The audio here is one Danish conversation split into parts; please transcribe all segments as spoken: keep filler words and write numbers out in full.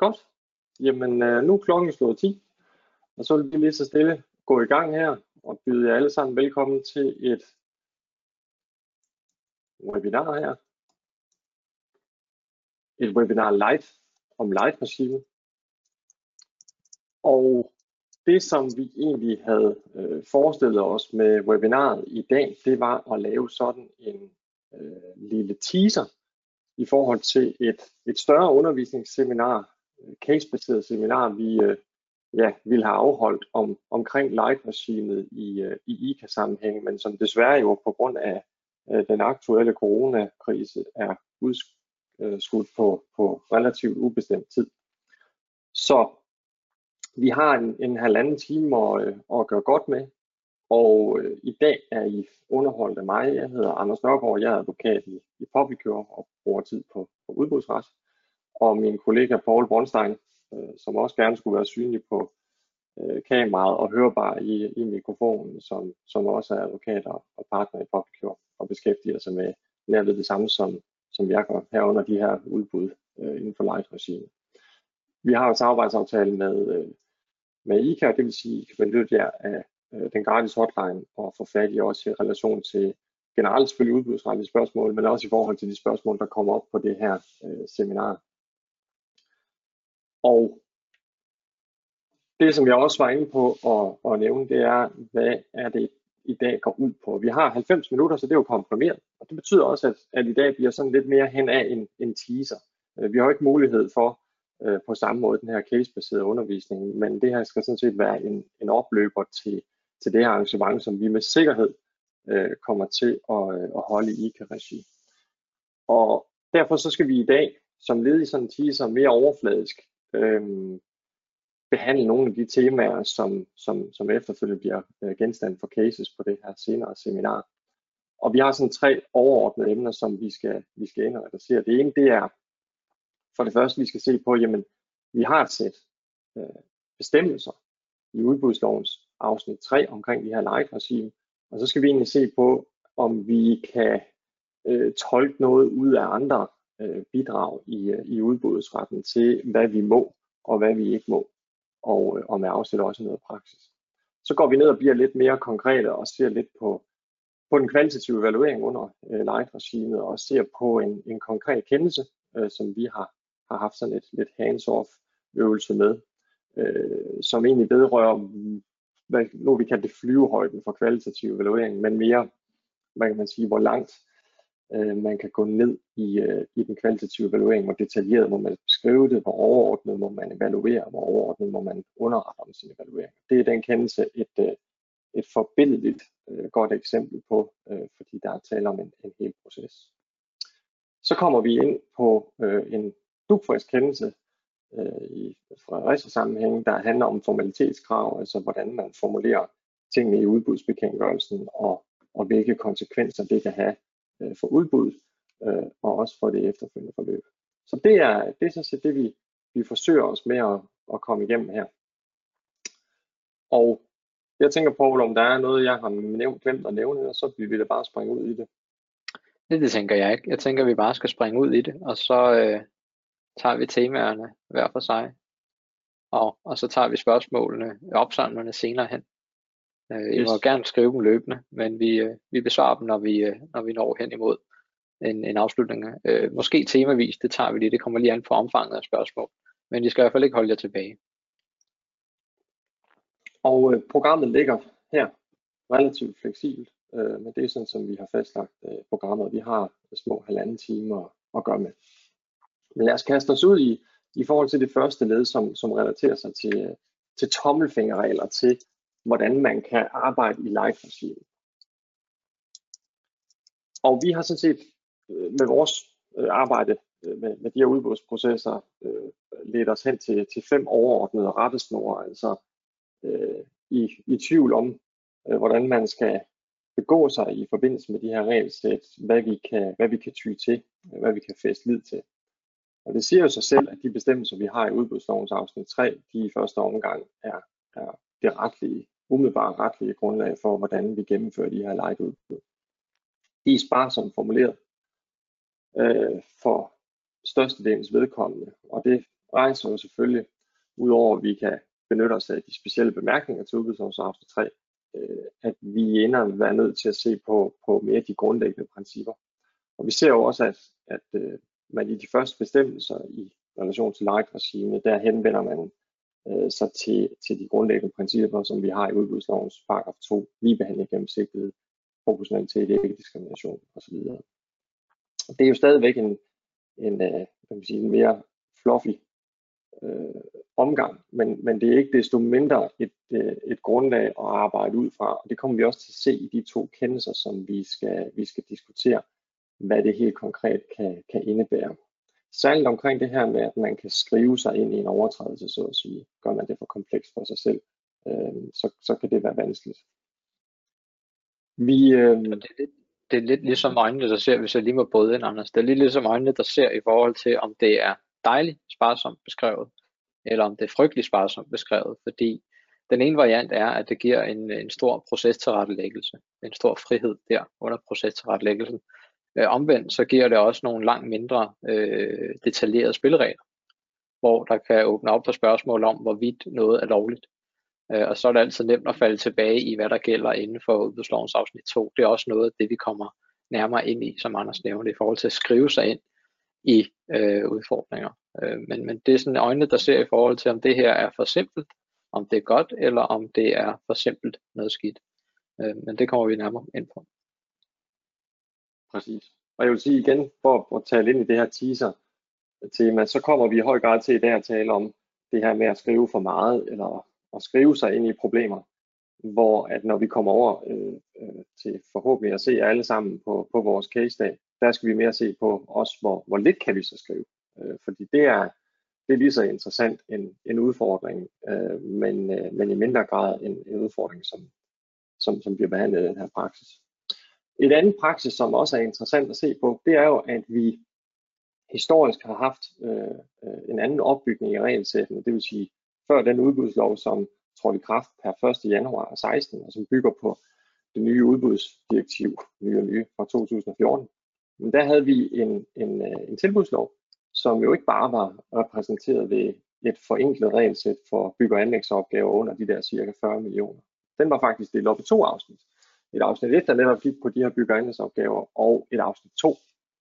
Godt. Jamen, øh, nu er klokken slået ti, og så vil vi lige så stille gå i gang her og byde jer alle sammen velkommen til et webinar her. Et webinar live om light-regimet. Og det, som vi egentlig havde øh, forestillet os med webinaret i dag, det var at lave sådan en øh, lille teaser i forhold til et, et større undervisningsseminar, case-baseret seminar, vi øh, ja, ville have afholdt om, omkring light-regimet i, øh, i I C A-sammenhæng, men som desværre jo på grund af øh, den aktuelle coronakrise er udskudt på, på relativt ubestemt tid. Så vi har en, en halvanden time at, at gøre godt med, og øh, i dag er I underholdt af mig. Jeg hedder Anders Nørgaard, jeg er advokat i, i Publicure og bruger tid på, på udbudsret. Og min kollega Paul Bronstein, øh, som også gerne skulle være synlig på øh, kameraet og hørbar i, i mikrofonen, som, som også er advokat og partner i Publicure og beskæftiger sig med nærmest det samme, som, som jeg gør herunder de her udbud øh, inden for light-regimet. Vi har en samarbejdsaftale med, øh, med I C A, det vil sige, at I kan benytte jer af øh, den gratis hotline og få fat i også i relation til generelt selvfølgelig udbudsretlige spørgsmål, men også i forhold til de spørgsmål, der kommer op på det her øh, seminar. Og det, som jeg også var inde på at, at nævne, det er, hvad er det i dag går ud på. Vi har halvfems minutter, så det er jo komprimeret, og det betyder også, at, at i dag bliver sådan lidt mere hen af en, en teaser. Vi har jo ikke mulighed for øh, på samme måde den her case-baserede undervisning, men det her skal sådan set være en, en opløber til, til det her arrangement, som vi med sikkerhed øh, kommer til at, at holde i I C A-regi. Og derfor så skal vi i dag, som led i sådan en teaser, mere overfladisk Øhm, behandle nogle af de temaer, som, som, som efterfølgende bliver øh, genstand for cases på det her senere seminar. Og vi har sådan tre overordnede emner, som vi skal, vi skal ind og adressere. Det ene, det er for det første, vi skal se på, jamen, vi har et sæt øh, bestemmelser i udbudslovens afsnit tre omkring de her light-regime, og så skal vi egentlig se på, om vi kan øh, tolke noget ud af andre bidrag i, i udbudsretten til, hvad vi må og hvad vi ikke må, og, og med afsæt også noget praksis. Så går vi ned og bliver lidt mere konkrete og ser lidt på, på den kvalitative evaluering under uh, light-regimet og ser på en, en konkret kendelse, uh, som vi har, har haft sådan et lidt hands-off øvelse med, uh, som egentlig vedrører, hvad nu vi kalder det flyvehøjden for kvalitativ evaluering, men mere, hvad kan man sige, hvor langt man kan gå ned i, i den kvalitative evaluering, hvor detaljeret må man beskrive det, hvor overordnet må man evaluere, hvor overordnet må man underrette om sin evaluering. Det er den kendelse et, et forbilledeligt godt eksempel på, fordi der er tale om en, en hel proces. Så kommer vi ind på en dugfrisk kendelse i Fredericia-sammenhæng, der handler om formalitetskrav, altså hvordan man formulerer tingene i udbudsbekendtgørelsen og, og hvilke konsekvenser det kan have for udbuddet øh, og også for det efterfølgende forløb. Så det er, det er sådan set det, vi, vi forsøger os med at, at komme igennem her. Og jeg tænker på, om der er noget, jeg har nævnt, glemt at nævne, og så vil vi da bare springe ud i det. Det, det tænker jeg ikke. Jeg tænker, at vi bare skal springe ud i det, og så øh, tager vi temaerne hver for sig. Og, og så tager vi spørgsmålene, opsamlerne senere hen. I må gerne skrive dem løbende, men vi, vi besvarer dem, når vi, når vi når hen imod en, en afslutning. Øh, måske temavis, det tager vi lige, det kommer lige an på omfanget af spørgsmål, men vi skal i hvert fald ikke holde jer tilbage. Og øh, programmet ligger her relativt fleksibelt, øh, men det er sådan, som vi har fastlagt øh, programmet. Vi har små halvanden timer at gøre med. Men lad os kaste os ud i, i forhold til det første led, som, som relaterer sig til, til tommelfingerregler til, hvordan man kan arbejde i light-regimet. Og vi har sådan set med vores arbejde med, med de her udbudsprocesser øh, ledt os hen til, til fem overordnede rettesnore, altså øh, i, i tvivl om, øh, hvordan man skal begå sig i forbindelse med de her regelsæt, hvad vi kan, hvad vi kan ty til, hvad vi kan fæste lid til. Og det siger jo sig selv, at de bestemmelser, vi har i udbudslovens afsnit tre, de i første omgang er, er det retlige umiddelbare retlige grundlag for, hvordan vi gennemfører de her light-udbud. De er sparsomt formuleret øh, for størstedelens vedkommende, og det rejser jo selvfølgelig, udover at vi kan benytte os af de specielle bemærkninger til udbudslovens tre, øh, at vi ender vil være nødt til at se på, på mere de grundlæggende principper. Og vi ser jo også, at, at øh, man i de første bestemmelser i relation til lejeregimet, der henvender man øh, sig til, til de grundlæggende principper, som vi har i udbudslovens paragraf to, ligebehandling, gennemsigtighed, proportionalitet, ikke diskrimination osv. Det er jo stadigvæk en, en, øh, kan man sige, en mere fluffy øh, omgang, men, men det er ikke desto mindre et, øh, et grundlag at arbejde ud fra, og det kommer vi også til at se i de to kendelser, som vi skal, vi skal diskutere, hvad det helt konkret kan, kan indebære. Særligt omkring det her med, at man kan skrive sig ind i en overtrædelse, så at sige. Gør man det for komplekst for sig selv, øh, så, så kan det være vanskeligt. Vi, øh... det, er lidt, det er lidt ligesom øjnene, der ser, hvis jeg lige må bryde ind, Anders. Det er lidt ligesom øjnene, der ser i forhold til, om det er dejligt sparsomt beskrevet, eller om det er frygteligt sparsomt beskrevet. Fordi den ene variant er, at det giver en, en stor procestilrettelæggelse, en stor frihed der under procestilrettelæggelsen. Øh, omvendt så giver det også nogle langt mindre øh, detaljerede spilleregler, hvor der kan åbne op for spørgsmål om, hvorvidt noget er lovligt. Øh, og så er det altid nemt at falde tilbage i, hvad der gælder inden for udbudslovens afsnit to. Det er også noget af det, vi kommer nærmere ind i, som Anders nævnte, i forhold til at skrive sig ind i øh, udfordringer. Øh, men, men det er sådan øjnene, der ser i forhold til, om det her er for simpelt, om det er godt, eller om det er for simpelt noget skidt. Øh, men det kommer vi nærmere ind på. Præcis. Og jeg vil sige igen, for at tale ind i det her teaser-tema, så kommer vi i høj grad til i dag at tale om det her med at skrive for meget, eller at skrive sig ind i problemer, hvor at når vi kommer over øh, øh, til forhåbentlig at se alle sammen på, på vores case-dag, der skal vi mere se på også, hvor, hvor lidt kan vi så skrive. Øh, fordi det er, det er lige så interessant en, en udfordring, øh, men, øh, men i mindre grad en, en udfordring, som, som, som bliver behandlet i den her praksis. Et andet praksis, som også er interessant at se på, det er jo, at vi historisk har haft øh, en anden opbygning i regelsættene, det vil sige før den udbudslov, som trådte i kraft per første januar seksten, og som bygger på det nye udbudsdirektiv, nye og nye fra to tusind og fjorten. Men der havde vi en, en, en tilbudslov, som jo ikke bare var repræsenteret ved et forenklet regelsæt for bygge- og anlægsopgaver under de der cirka fyrre millioner. Den var faktisk delt op i to afsnit. Et afsnit et, der netop gik på de her bygge- og anlægsopgaver, og et afsnit to,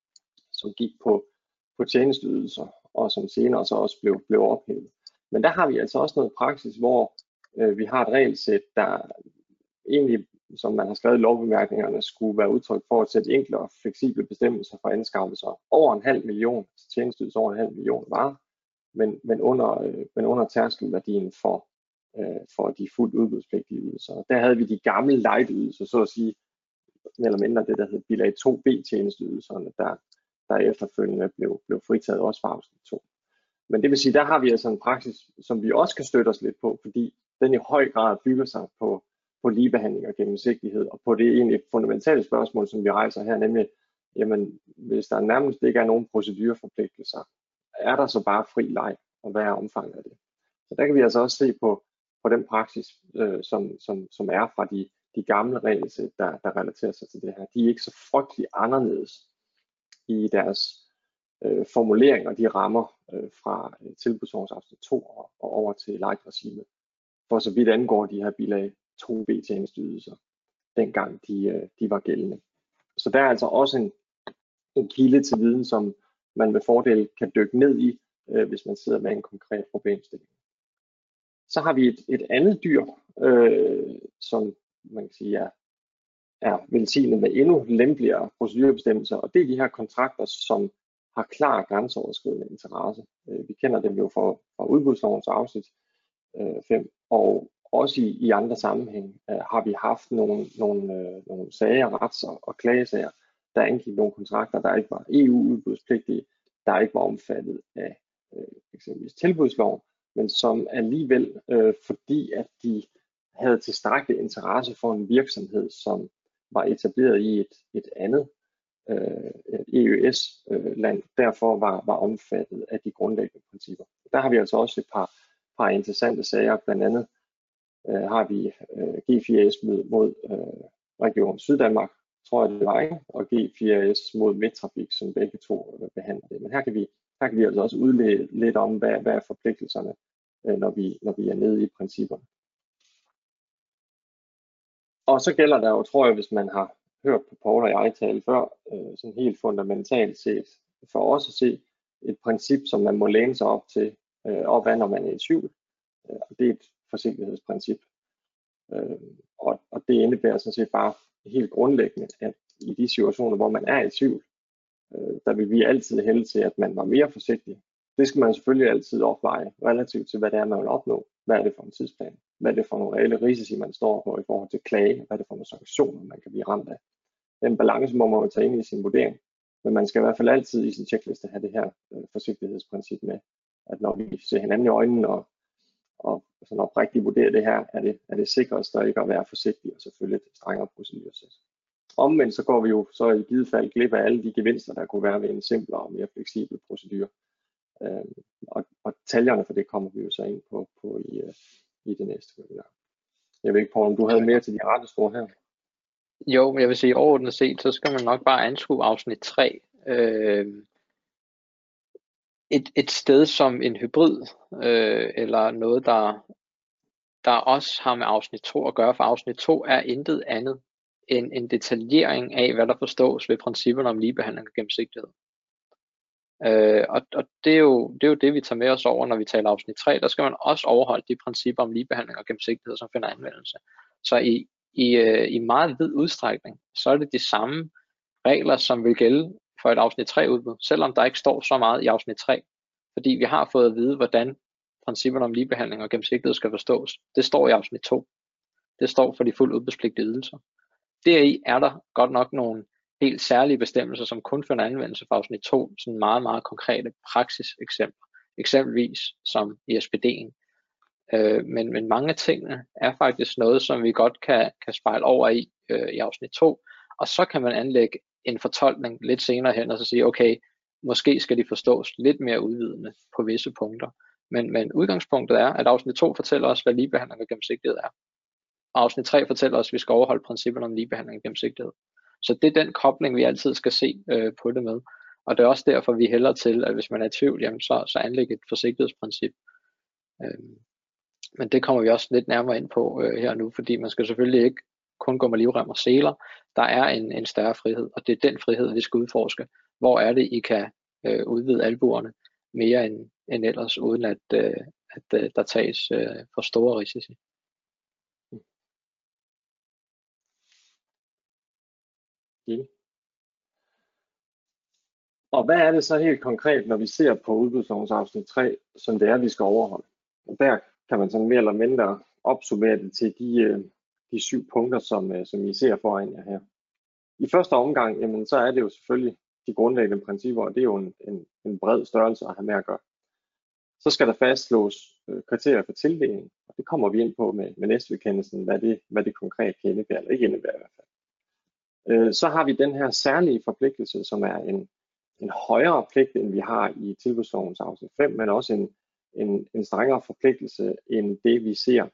som gik på, på tjenesteydelser, og som senere så også blev, blev ophævet. Men der har vi altså også noget praksis, hvor øh, vi har et regelsæt, der egentlig, som man har skrevet i lovbemærkningerne, skulle være udtryk for at sætte enkle og fleksible bestemmelser for anskaffelser over en halv million, tjenesteydelser over en halv million varer, men, men, under, øh, men under tærskelværdien for, øh, for de fuldt udbudspligtige ydelser. Der havde vi de gamle light-ydelser, så at sige, mere eller mindre det, der hed bilag to B tjenesteydelserne, der, der efterfølgende blev, blev fritaget også fra afsnit to. Men det vil sige, der har vi altså en praksis, som vi også kan støtte os lidt på, fordi den i høj grad bygger sig på, på ligebehandling og gennemsigtighed, og på det egentlig fundamentale spørgsmål, som vi rejser her, nemlig, jamen, hvis der nærmest ikke er nogen procedureforpligtelser, er der så bare fri leg, og hvad er omfanget af det? Så der kan vi altså også se på, på den praksis, øh, som, som, som er fra de, de gamle regelsæt, der, der relaterer sig til det her. De er ikke så frygtelig anderledes i deres øh, formuleringer, de rammer øh, fra øh, tilbudslovens afsnit to og, og over til light-regimet, for så vidt angår de her bilag to B tjenesteydelser, dengang de, øh, de var gældende. Så der er altså også en, en kilde til viden, som man med fordel kan dykke ned i, øh, hvis man sidder med en konkret problemstilling. Så har vi et, et andet dyr, øh, som man kan sige er, er velsignet med endnu lempeligere procedurebestemmelser, og det er de her kontrakter, som har klar grænseoverskridende interesse. Øh, vi kender dem jo fra, fra udbudslovens afsnit fem, øh, og også i, i andre sammenhæng øh, har vi haft nogle, nogle, øh, nogle sager, rets- og, og klagesager, der angik nogle kontrakter, der ikke var E U-udbudspligtige, der ikke var omfattet af øh, eksempelvis tilbudsloven, men som alligevel, øh, fordi at de havde tilstrækkelig interesse for en virksomhed, som var etableret i et, et andet øh, E Ø S-land, derfor var, var omfattet af de grundlæggende principper. Der har vi altså også et par, par interessante sager, blandt andet øh, har vi øh, G fire S mod, mod øh, Region Syddanmark, tror jeg det var, ikke? Og G fire S mod Midttrafik, som begge to øh, behandler det. Men her kan vi, her kan vi altså også udlede lidt om, hvad, hvad er forpligtelserne, øh, når, vi, når vi er nede i principperne. Og så gælder der jo, tror jeg, hvis man har hørt på Paul og jeg tale før, øh, sådan helt fundamentalt set, for os at se et princip, som man må læne sig op til, øh, op ad, når man er i tvivl. Øh, det er et forsigtighedsprincip. Øh, og, og det indebærer sådan set bare helt grundlæggende, at i de situationer, hvor man er i tvivl, øh, der vil vi altid hælde til, at man var mere forsigtig. Det skal man selvfølgelig altid opveje relativt til, hvad det er, man vil opnå. Hvad er det for en tidsplan? Hvad er det for nogle reelle risici, man står på i forhold til klage? Hvad er det for nogle sanktioner, man kan blive ramt af? Den balance må man jo tage ind i sin vurdering. Men man skal i hvert fald altid i sin checkliste have det her øh, forsigtighedsprincip med, at når vi ser hinanden i øjnene og, og sådan oprigtigt vurderer det her, er det, er det sikrest at ikke at være forsigtig og selvfølgelig et strengere proceduresæt. Omvendt så går vi jo så i givet fald glip af alle de gevinster, der kunne være ved en simplere og mere fleksibel procedure. Øh, og, og detaljerne for det kommer vi jo så ind på, på i, uh, i det næste webinar. Jeg ved ikke, Paul, om du havde mere til de rette spor her? Jo, men jeg vil sige overordnet set, så skal man nok bare anskue afsnit tre. Øh, et, et sted som en hybrid, øh, eller noget, der, der også har med afsnit to at gøre, for afsnit to er intet andet end en detaljering af, hvad der forstås ved principperne om ligebehandling og gennemsigtighed. Øh, og og det, er jo, det er jo det, vi tager med os over, når vi taler afsnit tre. Der skal man også overholde de principper om ligebehandling og gennemsigtighed, som finder anvendelse. Så i, i, øh, i meget vid udstrækning, så er det de samme regler, som vil gælde for et afsnit tre udbud, selvom der ikke står så meget i afsnit tre. Fordi vi har fået at vide, hvordan principperne om ligebehandling og gennemsigtighed skal forstås. Det står i afsnit to. Det står for de fuldt udbudspligtige ydelser. Deri er der godt nok nogle helt særlige bestemmelser, som kun finder anvendelse for afsnit to, sådan meget, meget konkrete praksiseksempler, eksempelvis som i S P D'en. Øh, men, men mange af tingene er faktisk noget, som vi godt kan, kan spejle over i øh, i afsnit to, og så kan man anlægge en fortolkning lidt senere hen, og så sige, okay, måske skal de forstås lidt mere udvidende på visse punkter. Men, men udgangspunktet er, at afsnit to fortæller os, hvad ligebehandling og gennemsigtighed er. Og afsnit tre fortæller os, at vi skal overholde principperne om ligebehandling og gennemsigtighed. Så det er den kobling, vi altid skal se øh, på det med. Og det er også derfor, vi hælder til, at hvis man er i tvivl, jamen så, så anlæg et forsigtighedsprincip. Øh, men det kommer vi også lidt nærmere ind på øh, her nu, fordi man skal selvfølgelig ikke kun gå med livrem og seler. Der er en, en større frihed, og det er den frihed, vi skal udforske. Hvor er det, I kan øh, udvide albuerne mere end, end ellers, uden at, øh, at øh, der tages øh, for store risici. Okay. Og hvad er det så helt konkret, når vi ser på udbudslovens afsnit tre, som det er, vi skal overholde? Og der kan man sådan mere eller mindre opsummere det til de, de syv punkter, som, som I ser foran jer her. I første omgang, jamen, så er det jo selvfølgelig de grundlæggende principper, og det er jo en, en, en bred størrelse at have med at gøre. Så skal der fastslås øh, kriterier for tildeling, og det kommer vi ind på med, med næstvedkendelsen, hvad det, hvad det konkret kan indebære, eller ikke indebære i hvert fald. Øh, så har vi den her særlige forpligtelse, som er en, en højere pligt, end vi har i tilbudslovens afsnit fem, men også en, en, en strengere forpligtelse, end det vi ser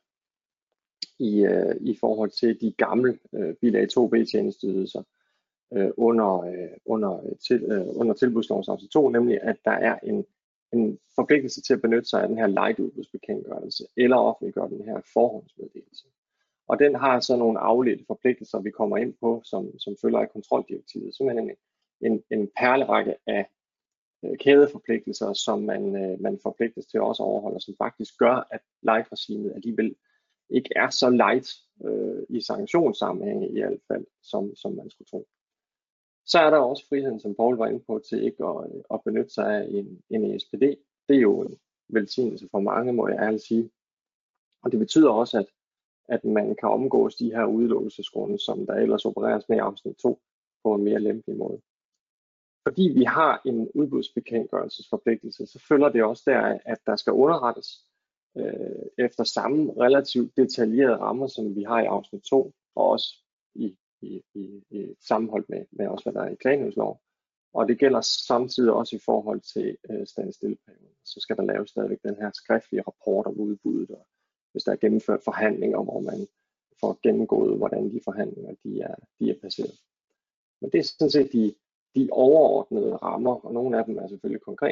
i, øh, i forhold til de gamle øh, bilag to B tjenesteydelser øh, under, øh, under, til, øh, under tilbudslovens afsnit to, nemlig at der er en, en forpligtelse til at benytte sig af den her light udbudsbekendtgørelse, eller offentliggøre den her forhåndsmeddelelse. Og den har så nogle afledte forpligtelser, vi kommer ind på, som, som følger af kontroldirektivet, som er en, en, en perlerække af øh, kædeforpligtelser, som man, øh, man forpligtes til også at overholde, som faktisk gør, at light-regimet alligevel ikke er så light øh, i sanktionssammenhænge i hvert fald, som, som man skulle tro. Så er der også friheden, som Paul var inde på, til ikke at, at benytte sig af en, en E S P D. Det er jo en velsignelse for mange, må jeg ærligt sige. Og det betyder også, at, at man kan omgås de her udelukkelsesgrunde, som der ellers opereres med i afsnit to, på en mere lempelig måde. Fordi vi har en udbudsbekendtgørelsesforpligtelse, så følger det også der, at der skal underrettes øh, efter samme relativt detaljerede rammer, som vi har i afsnit to, og også i, i, i, i sammenhold med, med også, hvad der er i klagenævnsloven. Og det gælder samtidig også i forhold til øh, standstilleperioden. Så skal der laves stadigvæk den her skriftlige rapport om udbuddet, og hvis der er gennemført forhandlinger, hvor man får gennemgået, hvordan de forhandlinger de er, de er passeret. Men det er sådan set de, de overordnede rammer, og nogle af dem er selvfølgelig konkrete,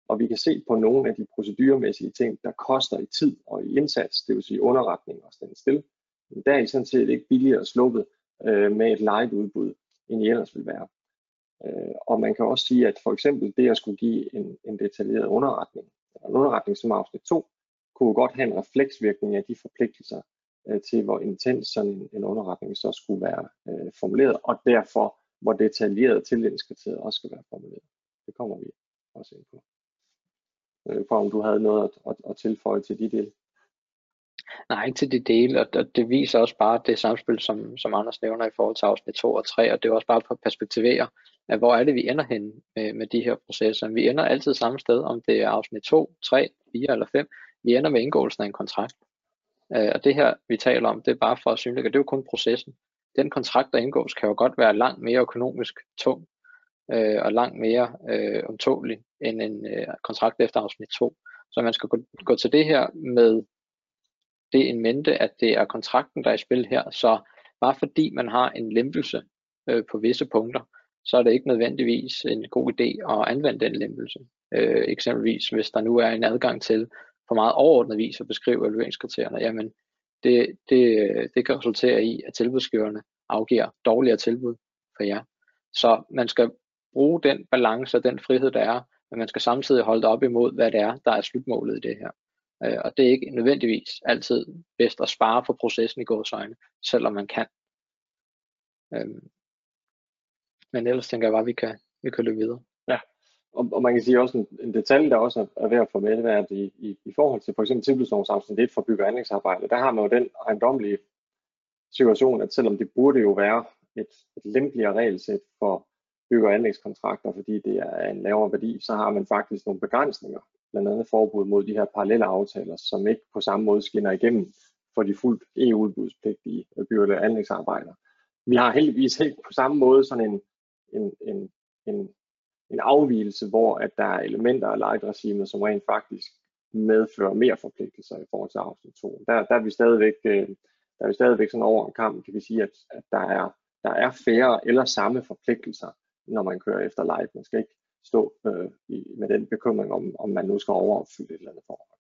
og vi kan se på nogle af de proceduremæssige ting, der koster i tid og i indsats, det vil sige underretning og stand stille. Men der er I sådan set ikke billigere sluppet øh, med et light udbud, end I ellers vil være. Øh, og man kan også sige, at for eksempel det at skulle give en, en detaljeret underretning, en underretning som afsnit to, kunne godt have en refleksvirkning af de forpligtelser øh, til, hvor intens sådan en, en underretning så skulle være øh, formuleret, og derfor hvor detaljeret tildelingskriteriet også skal være formuleret. Det kommer vi også ind på. Øh, for om du havde noget at, at, at tilføje til de dele. Nej, ikke til de dele, og det viser også bare det samspil, som, som Anders nævner i forhold til afsnit to og tre, og det er også bare for at perspektivere, at hvor er det, vi ender hen med, med de her processer. Vi ender altid samme sted, om det er afsnit to, tre, fire eller fem. Vi ender med indgåelsen af en kontrakt. Og det her, vi taler om, det er bare for at synliggøre, det er jo kun processen. Den kontrakt, der indgås, kan jo godt være langt mere økonomisk tung, øh, og langt mere øh, omtålig end en øh, kontrakt efter afsnit to. Så man skal gå, gå til det her med det in mente, at det er kontrakten, der er i spil her. Så bare fordi man har en lempelse øh, på visse punkter, så er det ikke nødvendigvis en god idé at anvende den lempelse. Øh, eksempelvis hvis der nu er en adgang til på meget overordnet vis at beskrive evalueringskriterierne, jamen det, det, det kan resultere i, at tilbudsgiverne afgiver dårligere tilbud for jer. Så man skal bruge den balance og den frihed, der er, men man skal samtidig holde det op imod, hvad det er, der er slutmålet i det her. Og det er ikke nødvendigvis altid bedst at spare for processen i gåseøjne, selvom man kan. Men ellers tænker jeg bare, at vi kan, vi kan løbe videre. Ja, og, og man kan sige også en, en detalje, der også er værd at få med, det er, at i, i, i forhold til for eksempel tilbudslovens afsnit et for bygge- og anlægsarbejde, der har man jo den ejendommelige situation, at selvom det burde jo være et, et lempeligere regelsæt for bygge- og anlægskontrakter, fordi det er en lavere værdi, så har man faktisk nogle begrænsninger, blandt andet forbud mod de her parallelle aftaler, som ikke på samme måde skinner igennem for de fuldt E U-udbudspligtige bygge- og anlægsarbejder. Vi har heldigvis helt på samme måde sådan en, en, en, en, en afvigelse, hvor at der er elementer af light-regimet, som rent faktisk medfører mere forpligtelser i forhold til afsnit to. Der, der er vi stadigvæk, der er vi stadigvæk sådan over en kamp, kan vi sige, at, at der, er, der er færre eller samme forpligtelser, når man kører efter light. Man skal ikke stå øh, i, med den bekymring om, om man nu skal overopfylde et eller andet forhold.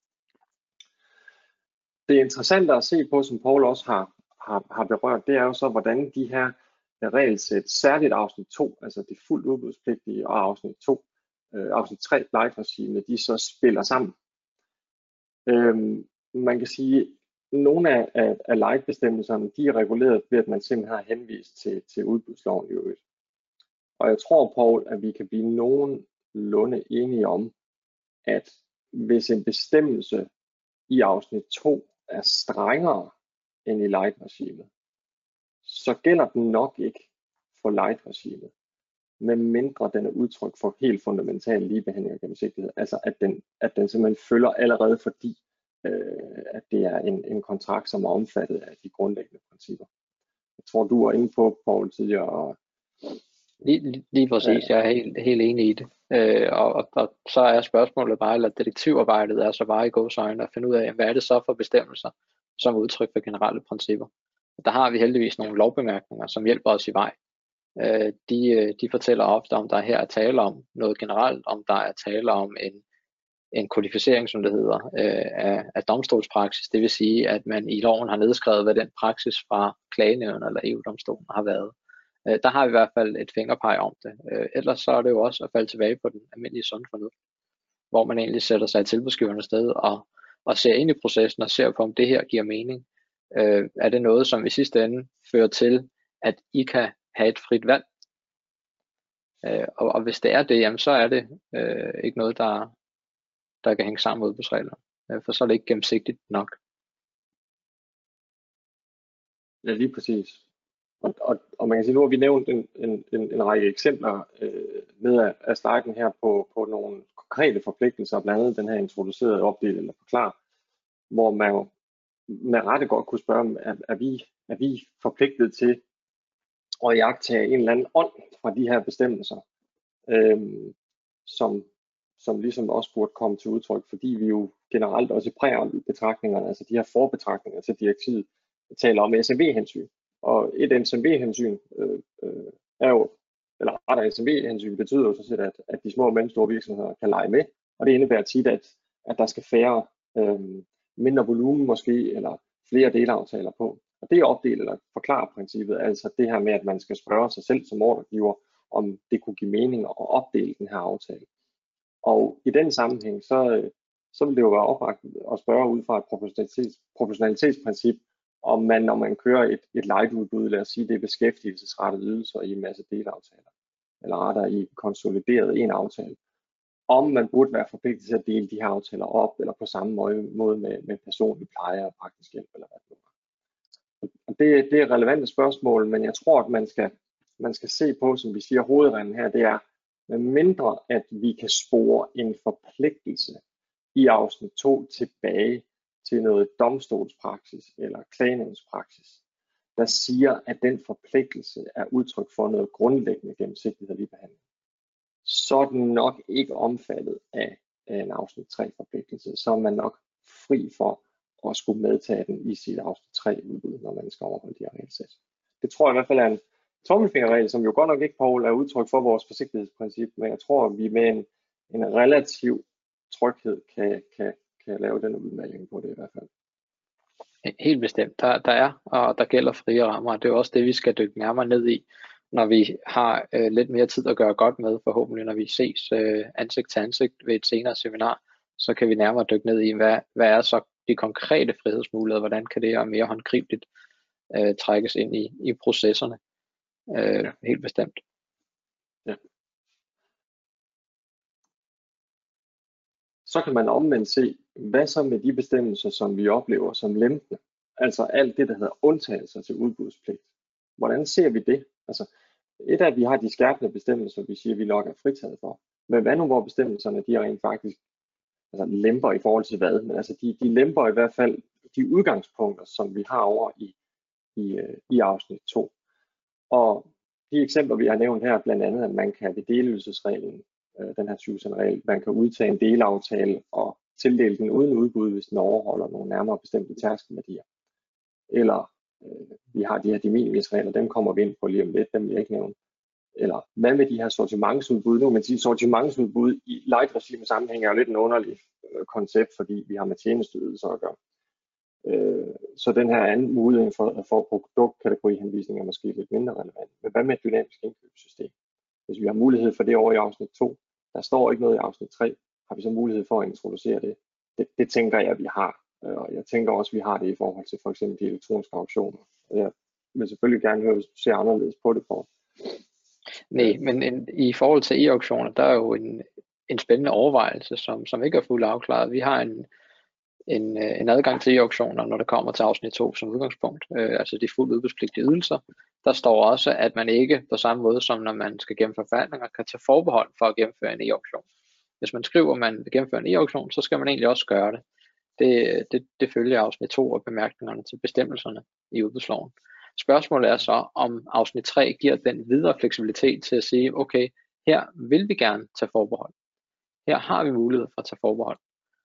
Det interessante at se på, som Paul også har, har, har berørt, det er jo så, hvordan de her regelsæt, særligt afsnit to, altså det fuldt udbudspligtige, og afsnit to, øh, afsnit tre, light-regime, de så spiller sammen. Øhm, man kan sige, at nogle af, af, af light-bestemmelserne, de er reguleret ved, at man simpelthen har henvist til, til udbudsloven i øvrigt. Og jeg tror, Paul, at vi kan blive nogenlunde enige om, at hvis en bestemmelse i afsnit to er strengere end i light-regimet, så gælder den nok ikke for light-regimet, medmindre den er udtryk for helt fundamental ligebehandling og gennemsigtighed. Altså at den, at den simpelthen følger allerede fordi, øh, at det er en, en kontrakt, som er omfattet af de grundlæggende principper. Jeg tror, du var inde på, Paul, tidligere. Og, Lige, lige præcis, jeg er helt, helt enig i det. Øh, og, og, og så er spørgsmålet bare, eller detektivarbejdet er så bare i gåseøjne at finde ud af, hvad er det så for bestemmelser, som er udtryk for generelle principper. Der har vi heldigvis nogle lovbemærkninger, som hjælper os i vej. Øh, de, de fortæller ofte, om der her er tale om noget generelt, om der er tale om en, en kodificering, som det hedder, øh, af, af domstolspraksis. Det vil sige, at man i loven har nedskrevet, hvad den praksis fra klagenævnet eller E U-domstolen har været. Øh, der har vi i hvert fald et fingerpeg om det. Øh, ellers så er det jo også at falde tilbage på den almindelige sund fornuft, hvor man egentlig sætter sig i tilbudsgivernes sted og, og ser ind i processen og ser på, om det her giver mening. Øh, er det noget, som i sidste ende fører til, at I kan have et frit valg? Øh, og, og hvis det er det, jamen, så er det øh, ikke noget, der, der kan hænge sammen med udbudsregler, øh, for så er det ikke gennemsigtigt nok. Ja, lige præcis. Og, og, og man kan sige, nu har vi nævnt en, en, en, en række eksempler øh, ned af, af sliden her på, på nogle konkrete forpligtelser, blandt andet den her introducerede opdel eller forklar, hvor man jo med rette godt kunne spørge, er, er, vi, er vi forpligtet til at iagttage en eller anden ånd fra de her bestemmelser, øhm, som, som ligesom også burde komme til udtryk, fordi vi jo generelt også i præambelbetragtningerne, altså de her forbetragtninger til direktivet, taler om S M V-hensyn. Og et S M V-hensyn øh, øh, er jo, eller rettere S M V-hensyn betyder jo så set, at, at de små og mellemstore virksomheder kan lege med Og det indebærer tit, at, at der skal færre, øh, mindre volumen måske, eller flere delaftaler på. Og det er opdelt eller forklarer princippet, altså det her med, at man skal spørge sig selv som ordregiver, om det kunne give mening at opdele den her aftale. Og i den sammenhæng, så, så vil det jo være oplagt at spørge ud fra et proportionalitets, proportionalitetsprincip, om man, når man kører et, et light-udbud, lad os sige, det er beskæftigelsesrettede ydelser i en masse delaftaler, eller rettere i konsolideret en aftale, om man burde være forpligtet til at dele de her aftaler op, eller på samme måde med, med personlig pleje og praktisk hjælp, eller hvad det er. Og det, det er relevante spørgsmål, men jeg tror, at man skal, man skal se på, som vi siger, hovedreglen her, det er, med mindre at vi kan spore en forpligtelse i afsnit to tilbage til noget domstolspraksis eller klagenævnspraksis, der siger, at den forpligtelse er udtryk for noget grundlæggende gennemsigtighed og ligebehandling, så er den nok ikke omfattet af en afsnit tre forpligtelse, så er man nok fri for at skulle medtage den i sit afsnit tre udbud, når man skal overholde de her regelsæt. Det tror jeg i hvert fald er en tommelfingerregel, som jo godt nok ikke, Poul, er udtryk for vores forsigtighedsprincip, men jeg tror, at vi med en, en relativ tryghed kan, kan, kan lave den udmelding på det i hvert fald. Helt bestemt. Der, der er, og der gælder frie rammer, og det er også det, vi skal dykke nærmere ned i, når vi har øh, lidt mere tid at gøre godt med, forhåbentlig når vi ses øh, ansigt til ansigt ved et senere seminar, så kan vi nærmere dykke ned i, hvad, hvad er så de konkrete frihedsmuligheder, hvordan kan det mere håndgribeligt øh, trækkes ind i, i processerne. Øh, ja. Helt bestemt. Ja. Så kan man omvendt se, hvad så med de bestemmelser, som vi oplever som lempende, altså alt det, der hedder undtagelser til udbudspligt. Hvordan ser vi det? Altså, et af, at vi har de skærpende bestemmelser, vi siger, at vi nok er fritaget for. Men hvad nu, hvor bestemmelserne, de rent faktisk altså, lemper i forhold til hvad? Men altså, de, de lemper i hvert fald de udgangspunkter, som vi har over i, i, i afsnit to. Og de eksempler, vi har nævnt her, blandt andet, at man kan ved delydelsesreglen, øh, den her tyve-regel, man kan udtage en delaftale og tildele den uden udbud, hvis den overholder nogle nærmere bestemte tærskelværdier. Eller øh, vi har de her de minimisregler, dem kommer vi ind på lige om lidt, dem vil jeg ikke nævne. Eller hvad med de her sortimentsudbud? Nu, men de sortimentsudbud i light-regime sammenhæng er jo lidt en underlig øh, koncept, fordi vi har med tjenesteydelser at gøre. Øh, så den her anden mulighed for, for produktkategorihenvisning er måske lidt mindre relevant. Men hvad med et dynamisk indkøbssystem? Hvis vi har mulighed for det over i afsnit to, der står ikke noget i afsnit tre, har vi så mulighed for at introducere det? Det, det tænker jeg, at vi har. Og jeg tænker også, at vi har det i forhold til for eksempel de elektroniske auktioner. Jeg vil selvfølgelig gerne høre, hvis du ser anderledes på det, på. Nej, men en, i forhold til e-auktioner, der er jo en, en spændende overvejelse, som, som ikke er fuldt afklaret. Vi har en, en, en adgang til e-auktioner, når det kommer til afsnit to som udgangspunkt, øh, altså de fuldt udbudspligtige ydelser. Der står også, at man ikke på samme måde som når man skal gennemføre forhandlinger, kan tage forbehold for at gennemføre en e-auktion. Hvis man skriver, at man vil gennemføre en e-auktion, så skal man egentlig også gøre det. Det, det, det følger afsnit to og bemærkningerne til bestemmelserne i udbudsloven. Spørgsmålet er så, om afsnit tre giver den videre fleksibilitet til at sige, okay, her vil vi gerne tage forbehold. Her har vi mulighed for at tage forbehold.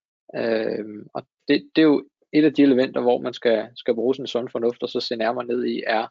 Øhm, og det, det er jo et af de elementer, hvor man skal, skal bruge sin sund fornuft og så se nærmere ned i, er,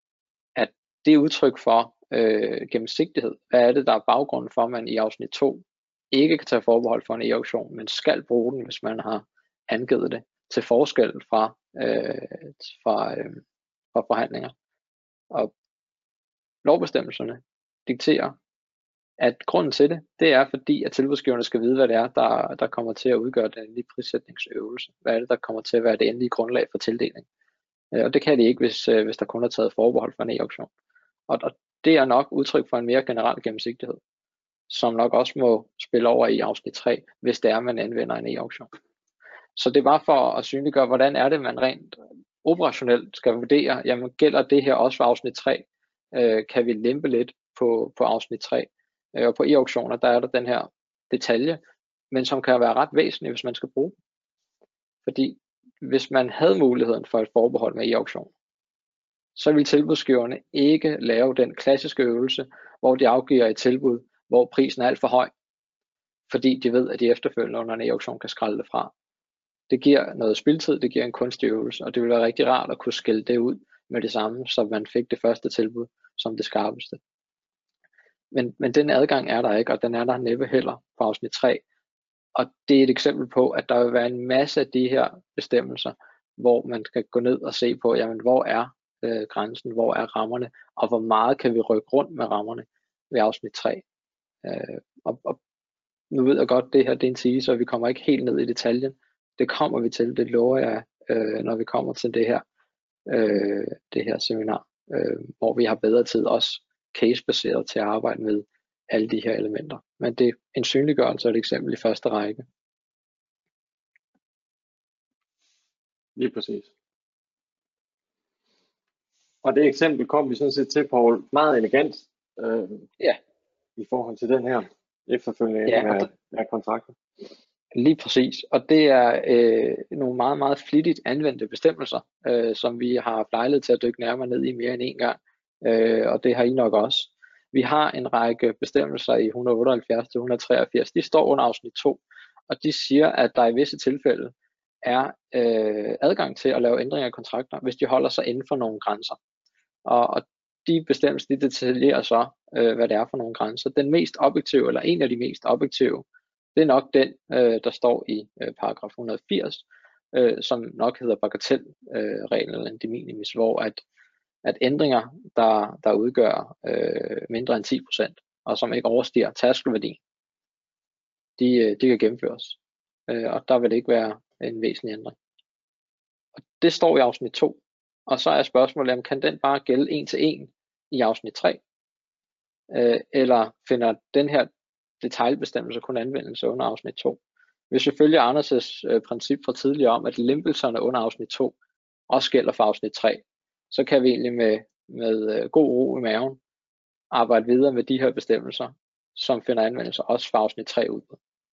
at det er udtryk for øh, gennemsigtighed. Hvad er det, der er baggrunden for, at man i afsnit to ikke kan tage forbehold for en e-auktion, men skal bruge den, hvis man har angivet det, til forskel fra, øh, fra, øh, fra forhandlinger. Og lovbestemmelserne dikterer, at grunden til det, det er fordi, at tilbudsgiverne skal vide, hvad det er, der, der kommer til at udgøre den endelige prissætningsøvelse. Hvad er det, der kommer til at være det endelige grundlag for tildeling. Og det kan de ikke, hvis, hvis der kun er taget forbehold for en e-auktion. Og, og det er nok udtryk for en mere generel gennemsigtighed, som nok også må spille over i afsnit tre, hvis det er, man anvender en e-auktion. Så det er bare for at synliggøre, hvordan er det, man rent operationelt skal vurdere, jamen gælder det her også for afsnit tre? Øh, kan vi lempe lidt på, på afsnit tre? Øh, og på e-auktioner, der er der den her detalje, men som kan være ret væsentlig, hvis man skal bruge den. Fordi hvis man havde muligheden for et forbehold med e-auktion, så vil tilbudsgiverne ikke lave den klassiske øvelse, hvor de afgiver et tilbud, hvor prisen er alt for høj, fordi de ved, at de efterfølgende under en e-auktion kan skralde det fra. Det giver noget spildtid, det giver en kunstig øvelse, og det vil være rigtig rart at kunne skille det ud med det samme, så man fik det første tilbud som det skarpeste. Men, men den adgang er der ikke, og den er der næppe heller på afsnit tre. Og det er et eksempel på, at der vil være en masse af de her bestemmelser, hvor man skal gå ned og se på, jamen, hvor er øh, grænsen, hvor er rammerne, og hvor meget kan vi rykke rundt med rammerne ved afsnit tre. Øh, og, og nu ved jeg godt, det her det er en teaser, så vi kommer ikke helt ned i detaljen. Det kommer vi til, det lover jeg, øh, når vi kommer til det her, øh, det her seminar, øh, hvor vi har bedre tid, også case-baseret til at arbejde med alle de her elementer. Men det er en synliggørelse og et eksempel i første række. Lige præcis. Og det eksempel kom vi sådan set til, Poul, meget elegant øh, ja. i forhold til den her efterfølgende ja, af, der, af kontrakten. Lige præcis, og det er øh, nogle meget, meget flittigt anvendte bestemmelser, øh, som vi har haft lejlighed til at dykke nærmere ned i mere end en gang, øh, og det har I nok også. Vi har en række bestemmelser i et hundrede otteoghalvfjerds til et hundrede treogfirs, de står under afsnit to, og de siger, at der i visse tilfælde er øh, adgang til at lave ændringer af kontrakter, hvis de holder sig inden for nogle grænser. Og, og de bestemmelser, de detaljerer så, øh, hvad det er for nogle grænser. Den mest objektive, eller en af de mest objektive, det er nok den, øh, der står i øh, paragraf et hundrede og firs, øh, som nok hedder bagatelreglen, øh, eller de minimis, hvor at, at ændringer, der, der udgør øh, mindre end ti procent, og som ikke overstiger tærskelværdien, de, de kan gennemføres. Øh, og der vil det ikke være en væsentlig ændring. Og det står i afsnit to. Og så er spørgsmålet, kan den bare gælde en til en i afsnit tre? Øh, eller finder den her detaljbestemmelse kun anvendelse under afsnit to? Hvis vi følger Anders' øh, princip fra tidligere om, at lempelserne under afsnit to også gælder for afsnit tre, så kan vi egentlig med, med øh, god ro i maven arbejde videre med de her bestemmelser, som finder anvendelse også for afsnit tre udbud.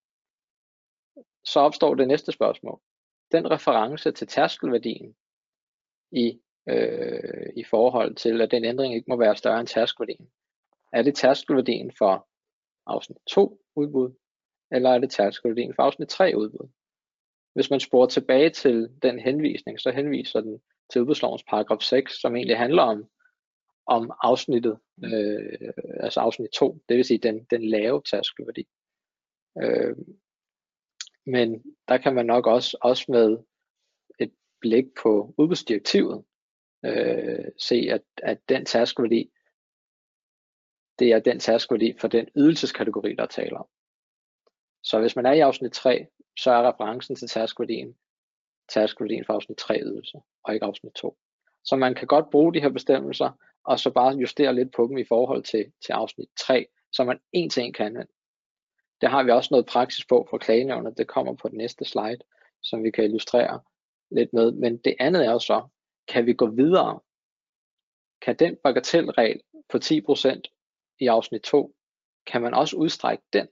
Så opstår det næste spørgsmål. Den reference til tærskelværdien i, øh, i forhold til, at den ændring ikke må være større end tærskelværdien, er det tærskelværdien for afsnit to udbud, eller er det tærskelværdien for afsnit tre udbud? Hvis man sporer tilbage til den henvisning, så henviser den til udbudslovens paragraf seks, som egentlig handler om, om afsnittet, øh, altså afsnit to, det vil sige den, den lave tærskelværdi. Øh, men der kan man nok også, også med et blik på udbudsdirektivet øh, se, at, at den tærskelværdi, det er den tærskelværdi for den ydelseskategori, der taler om. Så hvis man er i afsnit tre, så er referencen til tærskelværdien tærskelværdien for afsnit tre ydelse, og ikke afsnit to. Så man kan godt bruge de her bestemmelser, og så bare justere lidt på dem i forhold til, til afsnit tre, så man en til en kan anvende. Det har vi også noget praksis på fra klagenævnet, det kommer på den næste slide, som vi kan illustrere lidt med. Men det andet er jo så, kan vi gå videre? Kan den bagatelregel på ti procent i afsnit to, kan man også udstrække den?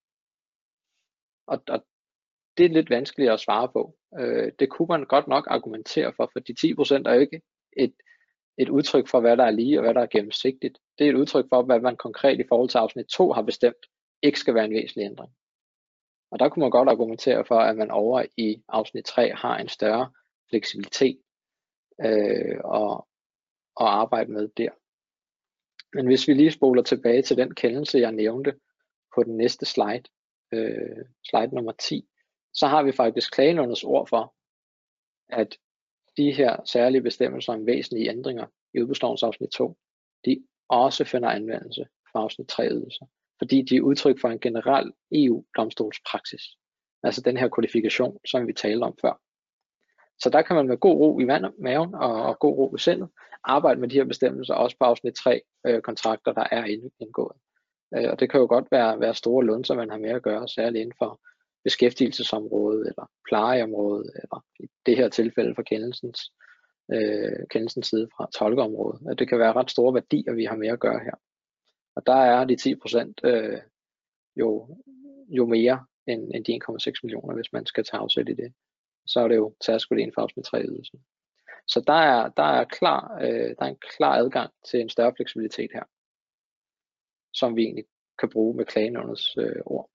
Og, og det er lidt vanskeligt at svare på. Øh, det kunne man godt nok argumentere for, for de ti procent er jo ikke et, et udtryk for, hvad der er lige og hvad der er gennemsigtigt. Det er et udtryk for, hvad man konkret i forhold til afsnit to har bestemt, ikke skal være en væsentlig ændring. Og der kunne man godt argumentere for, at man over i afsnit tre har en større fleksibilitet øh, og, og arbejde med der. Men hvis vi lige spoler tilbage til den kendelse, jeg nævnte på den næste slide, øh, slide nummer ti, så har vi faktisk klagenævnets ord for, at de her særlige bestemmelser om væsentlige ændringer i udbudslovens afsnit to, de også finder anvendelse for afsnit tre ydelser, fordi de er udtryk for en generel E U-domstolspraksis, altså den her kodifikation, som vi talte om før. Så der kan man med god ro i maven og, og god ro i sindet arbejde med de her bestemmelser, også på afsnit tre øh, kontrakter, der er indgået. Øh, og det kan jo godt være, være store lunser, man har med at gøre, særligt inden for beskæftigelsesområdet, eller plejeområdet, eller i det her tilfælde fra kendelsens, øh, kendelsens side fra tolkeområdet. Det kan være ret store værdier, vi har med at gøre her. Og der er de ti procent øh, jo, jo mere end, end de en komma seks millioner, hvis man skal tage afsæt i det. Så er det jo tærskelværdien for afsnit tre ydelsen. Så der er, der, er klar, øh, der er en klar adgang til en større fleksibilitet her, som vi egentlig kan bruge med klagenævnets øh, ord.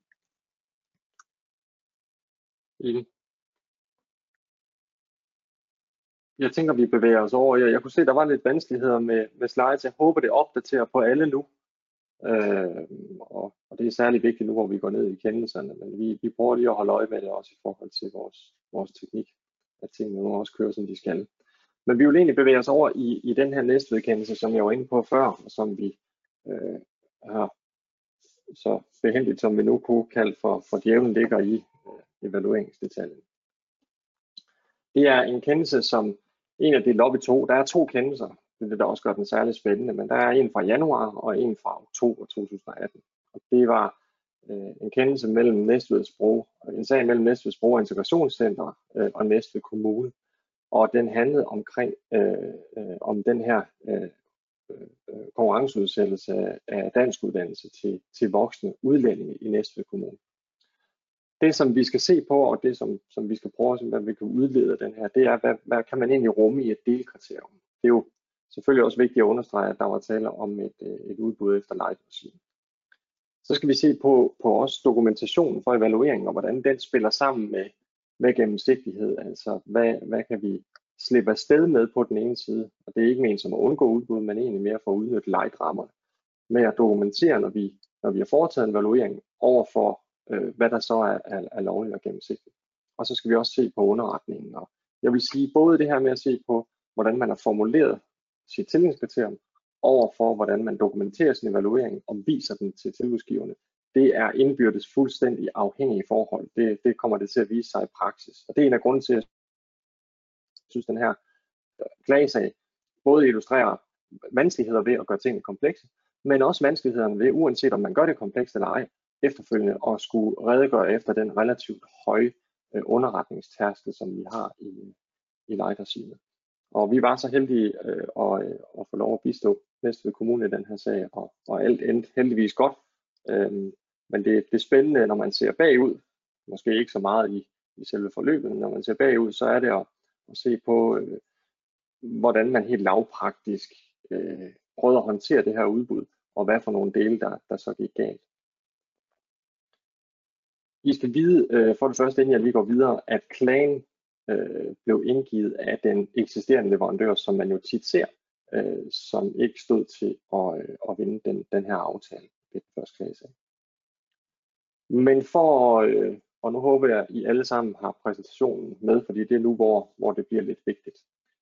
Mm. Jeg tænker, vi bevæger os over. Jeg, jeg kunne se, der var lidt vanskeligheder med, med slides. Jeg håber, det opdaterer på alle nu. Øh, og, og det er særlig vigtigt nu, hvor vi går ned i kendelserne, men vi, vi prøver lige at holde øje med det også i forhold til vores, vores teknik, at tingene nu også kører, som de skal. Men vi vil egentlig bevæge os over i, i den her næstvedkendelse, som jeg var inde på før, og som vi øh, har så behendigt, som vi nu kunne kalde for, for djævlen ligger i øh, evalueringsdetaljen. Det er en kendelse, som en er delt op i to. Der er to kendelser, det er det, der også gør den særligt spændende, men der er en fra januar og en fra oktober to tusind atten. Og det var øh, en kendelse mellem Næstveds Bro, en sag mellem Næstveds Bro og Integrationscenter øh, og Næstved Kommune. Og den handlede omkring øh, øh, om den her øh, øh, konkurrenceudsættelse af danskuddannelse til, til voksne udlændinge i Næstved Kommune. Det, som vi skal se på, og det, som, som vi skal prøve, hvad vi kan udlede af den her, det er, hvad, hvad kan man egentlig rumme i et delkriterium? Det er jo selvfølgelig også vigtigt at understrege, at der var tale om et, et udbud efter light-regime. Så skal vi se på, på også dokumentationen for evalueringen, og hvordan den spiller sammen med, med gennemsigtighed. Altså, hvad, hvad kan vi slippe afsted med på den ene side? Og det er ikke ment som at undgå udbud, men egentlig mere for at udnytte light-rammerne. Med at dokumentere, når vi, når vi har foretaget en evaluering over for øh, hvad der så er, er, er lovligt og gennemsigtigt. Og så skal vi også se på underretningen. Og jeg vil sige både det her med at se på, hvordan man har formuleret sit tillidskriterium, over for hvordan man dokumenterer sin evaluering og viser den til tilbudsgiverne. Det er indbyrdes fuldstændig afhængige forhold. Det, det kommer det til at vise sig i praksis. Og det er en af grunden til, at jeg synes, den her klagesag både illustrerer vanskeligheder ved at gøre tingene komplekse, men også vanskelighederne ved, uanset om man gør det komplekst eller ej, efterfølgende at skulle redegøre efter den relativt høje øh, underretningstærskel, som vi har i, i light-regimet. Og vi var så heldige øh, at, øh, at få lov at bistå Næstved Kommune i den her sag, og, og alt endte heldigvis godt. Øhm, men det, det er spændende, når man ser bagud, måske ikke så meget i, i selve forløbet, men når man ser bagud, så er det at, at se på, øh, hvordan man helt lavpraktisk øh, prøvede at håndtere det her udbud, og hvad for nogle dele, der, der så gik galt. I skal vide øh, for det første, inden jeg lige går videre, at klagen øh, blev indgivet af den eksisterende leverandør, som man jo tit ser, øh, som ikke stod til at, øh, at vinde den, den her aftale ved den første klagesag. Men for, øh, og nu håber jeg, at I alle sammen har præsentationen med, fordi det er nu, hvor, hvor det bliver lidt vigtigt.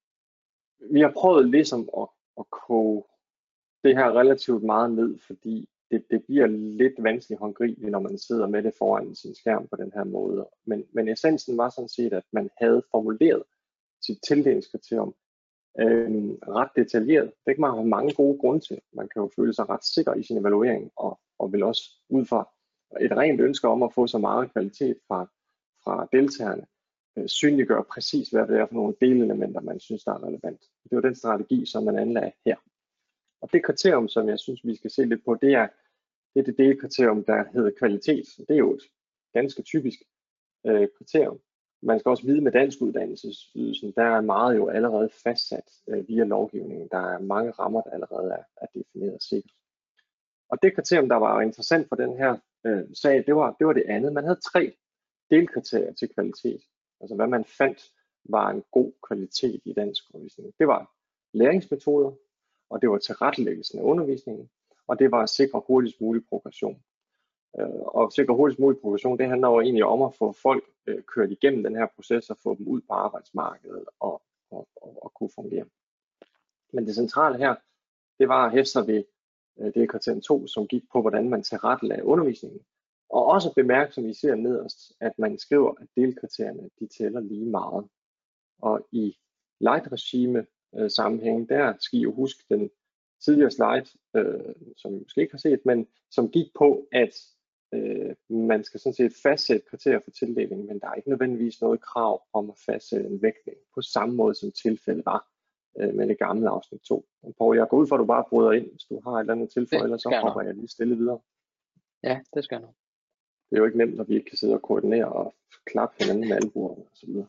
Vi har prøvet ligesom at, at koge det her relativt meget ned, fordi det, det bliver lidt vanskeligt håndgribeligt, når man sidder med det foran sin skærm på den her måde. Men, men essensen var sådan set, at man havde formuleret sit tildelingskriterium øh, ret detaljeret. Det kan man have mange gode grunde til. Man kan jo føle sig ret sikker i sin evaluering, og, og vil også ud fra et rent ønske om at få så meget kvalitet fra, fra deltagerne, øh, synliggøre præcis, hvad det er for nogle delelementer, man synes, der er relevant. Det var den strategi, som man anlagde her. Og det kriterium, som jeg synes, vi skal se lidt på, det er det, er det delkriterium, der hedder kvalitet. Det er jo et ganske typisk øh, kriterium. Man skal også vide med danskuddannelsesydelsen, der er meget jo allerede fastsat øh, via lovgivningen. Der er mange rammer, der allerede er, er defineret sikkert. Og det kriterium, der var interessant for den her øh, sag, det var, det var det andet. Man havde tre delkriterier til kvalitet. Altså hvad man fandt var en god kvalitet i danskundervisningen. Det var læringsmetoder, og det var tilrettelæggelsen af undervisningen, og det var at sikre hurtigst mulig progression. Og at sikre hurtigst mulig progression, det handler jo egentlig om at få folk kørt igennem den her proces og få dem ud på arbejdsmarkedet og, og, og, og kunne fungere. Men det centrale her, det var at hæfte sig ved det kriterium to, som gik på, hvordan man tilrettelagde undervisningen. Og også bemærke, som I ser nederst, at man skriver, at delkriterierne, de tæller lige meget. Og i light-regime sammenhæng, der skal I jo huske den tidligere slide, øh, som I måske ikke har set, men som gik på, at øh, man skal sådan set fastsætte kriterier for tildeling, men der er ikke nødvendigvis noget krav om at fastsætte en vægtning, på samme måde som tilfældet var øh, med det gamle afsnit to. Og Poul, jeg går ud for, at du bare bryder ind, hvis du har et eller andet tilføje, ellers så hopper jeg lige stille videre. Ja, det skal jeg nok. Det er jo ikke nemt, når vi ikke kan sidde og koordinere og klappe hinanden med albuer og så videre.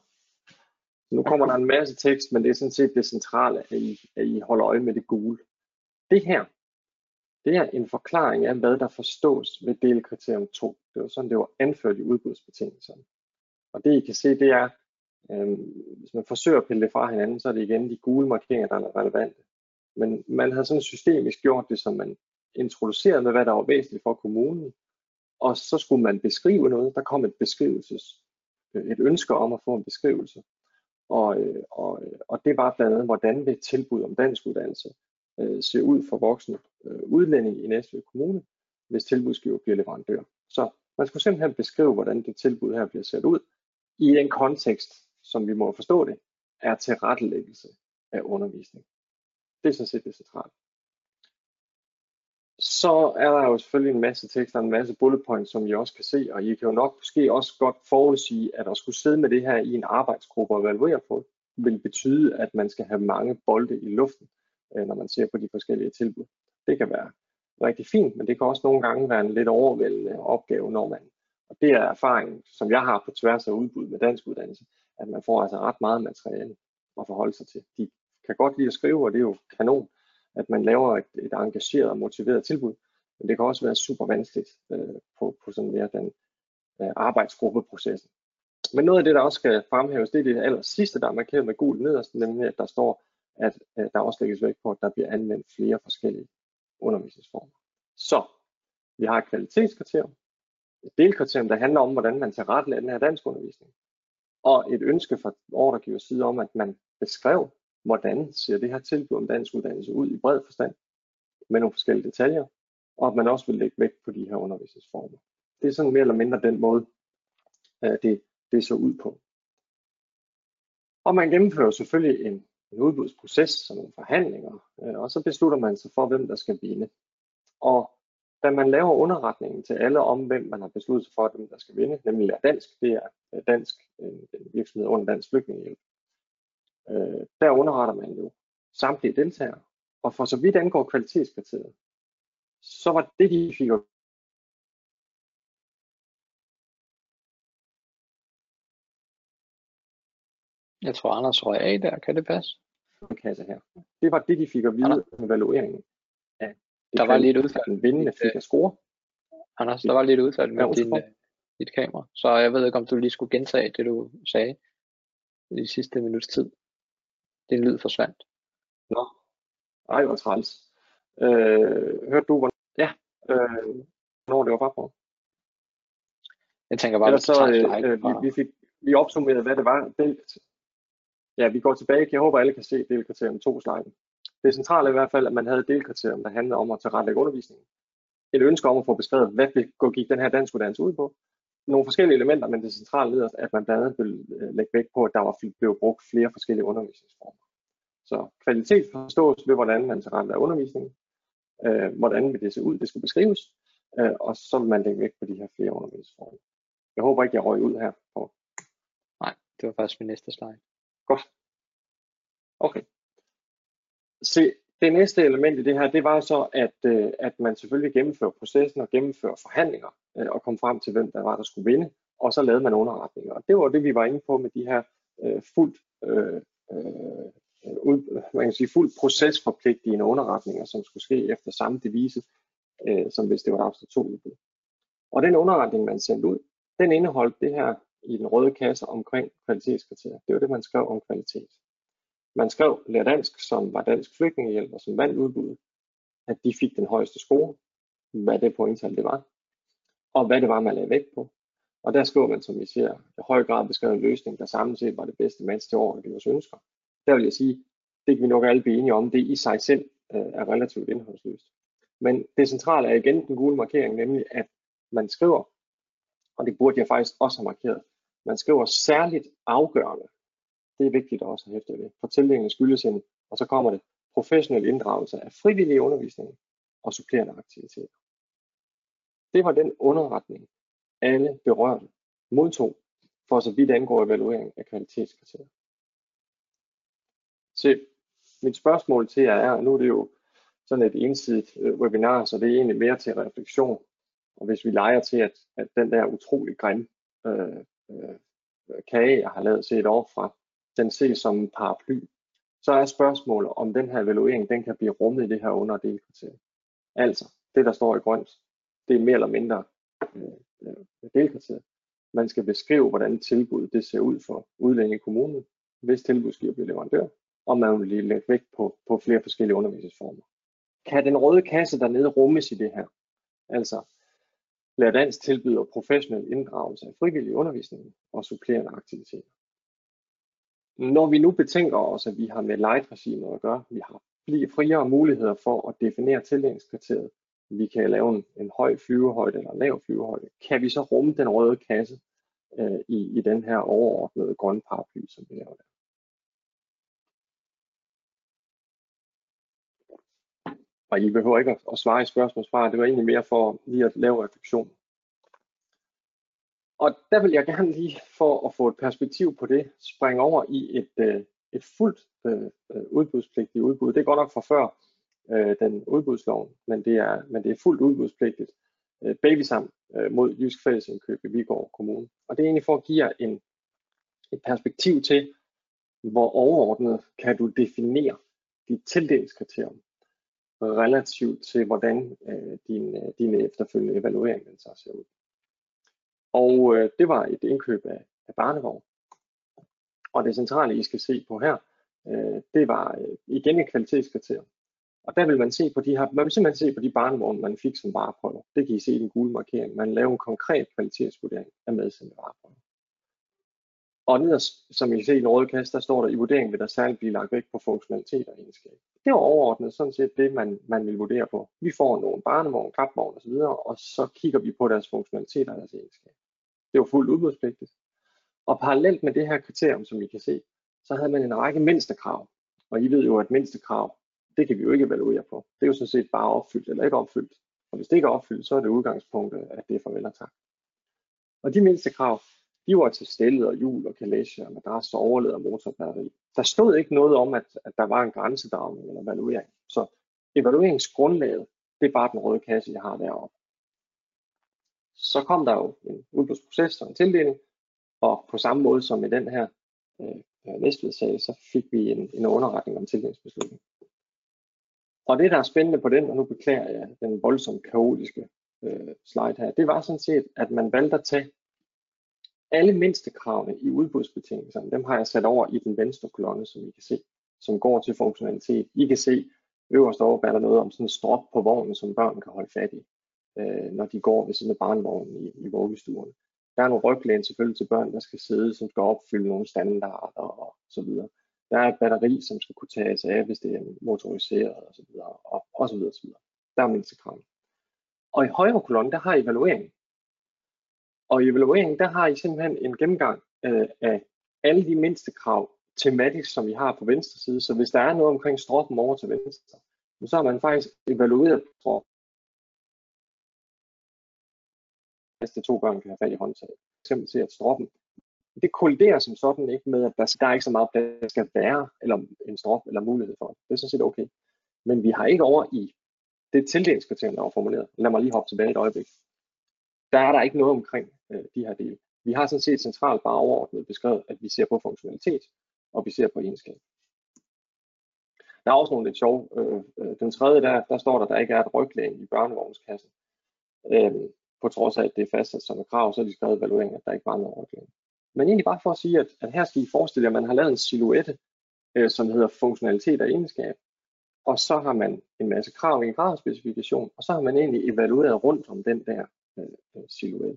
Nu kommer der en masse tekst, men det er sådan set det centrale, at I, at I holder øje med det gule. Det her, det er en forklaring af, hvad der forstås ved delkriterium to. Det var sådan, det var anført i udbudsbetingelserne. Og det I kan se, det er, øh, hvis man forsøger at pille det fra hinanden, så er det igen de gule markeringer, der er relevante. Men man har sådan systemisk gjort det, så man, introduceret med, hvad der var væsentligt for kommunen, og så skulle man beskrive noget. Der kom et beskrivelses, et ønske om at få en beskrivelse, og, og, og det var blandt andet, hvordan det tilbud om danskuddannelse øh, ser ud for voksne øh, udlændinge i Næstved Kommune, hvis tilbudsgiver bliver leverandør. Så man skulle simpelthen beskrive, hvordan det tilbud her bliver sat ud, i en kontekst, som vi må forstå det, er tilrettelæggelse af undervisning. Det er sådan set det centrale. Så er der jo selvfølgelig en masse tekster, en masse bullet points, som I også kan se, og I kan jo nok måske også godt forudsige, at at skulle sidde med det her i en arbejdsgruppe og evaluere på, vil betyde, at man skal have mange bolde i luften, når man ser på de forskellige tilbud. Det kan være rigtig fint, men det kan også nogle gange være en lidt overvældende opgave, når man, og det er erfaring, som jeg har på tværs af udbud med dansk uddannelse, at man får altså ret meget materiale at forholde sig til. De kan godt lide at skrive, og det er jo kanon, at man laver et, et engageret og motiveret tilbud, men det kan også være super vanskeligt øh, på, på sådan mere den øh, arbejdsgruppeprocessen. Men noget af det, der også skal fremhæves, det er det aller sidste, der er markeret med gul nederst, nemlig at der står, at øh, der også lægges vægt på, at der bliver anvendt flere forskellige undervisningsformer. Så vi har et kvalitetskriterium, et delkriterium, der handler om, hvordan man tilrettelægger den her danskundervisning, og et ønske fra ordregivers side om, at man beskrev, hvordan ser det her tilbud om danskuddannelse ud i bred forstand, med nogle forskellige detaljer, og at man også vil lægge vægt på de her undervisningsformer. Det er sådan mere eller mindre den måde, det, det så ud på. Og man gennemfører selvfølgelig en, en udbudsproces, som nogle forhandlinger, og så beslutter man sig for, hvem der skal vinde. Og da man laver underretningen til alle om, hvem man har besluttet sig for, hvem der skal vinde, nemlig Lær Dansk, det er dansk, en virksomhed under Dansk Flygtningehjælp, øh, der underretter man jo samtlige deltagere. Og for så vidt angår kvalitetskriteriet, så var det, de fik. Jeg tror, Anders røg af der. Kan det passe? Kasse her. Det var det, de fik at vide med evalueringen af det, der var lidt udfald. Den vindende fik at score. Anders, der var lidt udfald med ja, din, dit kamera, så jeg ved ikke, om du lige skulle gentage det, du sagde i de sidste minuts tid. Din lyd forsvandt. Nå, ej, hvor træls. Øh, hørte du, hvornår, ja, øh, hvornår det var bare på? Jeg tænker bare, Ellers så, øh, vi, vi, fik, vi opsummerede, hvad det var. Det, ja, vi går tilbage. Jeg håber, alle kan se delkriterium to sliden. Det centrale er i hvert fald, at man havde et delkriterium, der handlede om at tilrettelægge undervisningen. Et ønske om at få beskrevet, hvad gik den her danskuddannelse ud på. Nogle forskellige elementer, men det centrale leder, at man blandt andet vil lægge vægt på, at der var blevet brugt flere forskellige undervisningsformer. Så kvalitet forstås ved, hvordan man tilrettelægger undervisningen. Øh, hvordan vil det se ud, det skal beskrives. Øh, og så vil man lægge vægt på de her flere undervisningsformer. Jeg håber ikke, jeg røg ud her på. Nej, det var faktisk min næste slide. Godt. Okay. Se, det næste element i det her, det var så, at, øh, at man selvfølgelig gennemfører processen og gennemfører forhandlinger øh, og kom frem til, hvem der var, der skulle vinde, og så lavede man underretninger. Og det var det, vi var inde på med de her øh, fuldt, øh, øh, ud, man kan sige, fuldt procesforpligtende underretninger, som skulle ske efter samme devise, øh, som hvis det var afsnit to udbud. Og den underretning, man sendte ud, den indeholdt det her i den røde kasse omkring kvalitetskriterier. Det var det, man skrev om kvalitet. Man skrev Lær Dansk, som var Dansk Flygtningehjælp og som vandt udbuddet, at de fik den højeste score, hvad det pointtal det var, og hvad det var, man lagde vægt på. Og der skriver man, som vi ser, i høj grad beskrevet en løsning, der samlet set var det bedste match til ordregivers ønsker. Der vil jeg sige, det kan vi nok alle blive enige om, det i sig selv øh, er relativt indholdsløst. Men det centrale er igen den gule markering, nemlig at man skriver, og det burde jeg faktisk også have markeret, man skriver særligt afgørende. Det er vigtigt også at hæfte det. Fortællingen skyldes en, og så kommer det, professionel inddragelse af frivillige undervisning og supplerende aktiviteter. Det var den underretning, alle berørte modtog, for så vidt angår evaluering af kvalitetskriterier. Så mit spørgsmål til jer er, og nu er det jo sådan et ensidigt webinar, så det er egentlig mere til refleksion. Og hvis vi leger til, at, at den der utrolig grimme øh, øh, kage, jeg har lavet set over fra, den ses som en paraply, så er spørgsmålet, om den her evaluering, den kan blive rummet i det her under delkriterium. Altså, det der står i grønt, det er mere eller mindre øh, delkriteriet. Man skal beskrive, hvordan tilbuddet det ser ud for udlændinge i kommunen, hvis tilbudsgiver bliver leverandør, og man vil lægge vægt på, på flere forskellige undervisningsformer. kan den røde kasse dernede rummes i det her? Altså, Lær Dansk tilbyder professionel inddragelse af frivillig undervisning og supplerende aktiviteter. Når vi nu betænker os, at vi har med light-regimet at gøre, vi har friere muligheder for at definere tildelingskriteriet, vi kan lave en, en høj flyvehøjde eller en lav flyvehøjde, kan vi så rumme den røde kasse øh, i, i den her overordnede grønne paraply, som vi laver der. Og I behøver ikke at, at svare i spørgsmålsvar, det var egentlig mere for lige at lave refleksion. Og der vil jeg gerne lige, for at få et perspektiv på det, springe over i et, øh, et fuldt øh, udbudspligtigt udbud. Det er godt nok fra før øh, den udbudsloven, men det er, men det er fuldt udbudspligtigt. Øh, Babysam øh, mod Jysk Fællesindkøb i Viborg Kommune. Og det er egentlig for at give jer en, et perspektiv til, hvor overordnet kan du definere dit tildelingskriterium relativt til, hvordan øh, din, øh, din efterfølgende evaluering den så ser ud. Og øh, det var et indkøb af, af barnevogn. Og det centrale, I skal se på her, øh, det var øh, igen et kvalitetskriterium. Og der vil man se på de her, man vil simpelthen se på de barnevogne, man fik som vareprøver. Det kan I se i den gule markering. Man laver en konkret kvalitetsvurdering af medsendte vareprøver. Og nederst, som I kan se i den røde kasse, der står der, i vurderingen vil der særligt blive lagt vægt på funktionalitet og egenskab. Det var overordnet sådan set det, man, man vil vurdere på. Vi får nogle barnevogn, klapvogn osv., og så kigger vi på deres funktionalitet og deres egenskab. Det var fuldt udbudspligtigt. Og parallelt med det her kriterium, som I kan se, så havde man en række mindstekrav. Og I ved jo, at mindstekrav, det kan vi jo ikke evaluere på. Det er jo sådan set bare opfyldt eller ikke opfyldt. Og hvis det ikke er opfyldt, så er det udgangspunktet, at det er farvel og tak. Og de mindstekrav, de var til stillet og hjul og kalage og madras og overleder motorbatteri. Der stod ikke noget om, at, at der var en grænsedragning eller evaluering. Så evalueringsgrundlaget, det er bare den røde kasse, jeg har deroppe. Så kom der jo en udbudsproces og en tildeling, og på samme måde som i den her øh, Næstved-sag, så fik vi en, en underretning om tildelingsbeslutning. Og det, der er spændende på den, og nu beklager jeg den voldsomt kaotiske øh, slide her, det var sådan set, at man valgte at tage alle mindstekravene i udbudsbetingelserne, dem har jeg sat over i den venstre kolonne, som I kan se, som går til funktionalitet. I kan se, øverst over er der noget om sådan en strop på vognen, som børn kan holde fat i, øh, når de går ved sådan en barnevogn i, i vuggestuerne. Der er nogle ryglæn selvfølgelig til børn, der skal sidde, som skal opfylde nogle standarder og så videre. Der er et batteri, som skal kunne tages af, hvis det er motoriseret og så videre, og, og så videre, så videre. Der er mindstekravene. Og i højre kolonne, der har I evalueringen. Og i evalueringen, der har I simpelthen en gennemgang øh, af alle de mindste krav tematisk, som vi har på venstre side. Så hvis der er noget omkring stroppen over til venstre, så har man faktisk evalueret på, hvis det to børn kan have fat i håndtaget. Eksempel til, at stroppen, det kolliderer som sådan ikke med, at der, der er ikke så meget plads, der skal være, eller en strop, eller mulighed for det. Det er sådan set okay. Men vi har ikke over i det tildelingskriterium, der var formuleret. Lad mig lige hoppe tilbage et øjeblik. Der er der ikke noget omkring øh, de her dele. Vi har sådan set centralt bare overordnet beskrevet, at vi ser på funktionalitet, og vi ser på egenskab. Der er også nogle lidt sjove. Øh, øh, den tredje, der, der står der, der ikke er et ryglæn i børnevognskassen. Øh, på trods af, at det er fastsat som et krav, så er de skrevet evaluering, at der ikke var noget ryglæn. Men egentlig bare for at sige, at, at her skal I forestille jer, at man har lavet en silhuette, øh, som hedder funktionalitet og egenskab. Og så har man en masse krav i en gradspecifikation, og så har man egentlig evalueret rundt om den der øh, silhuette.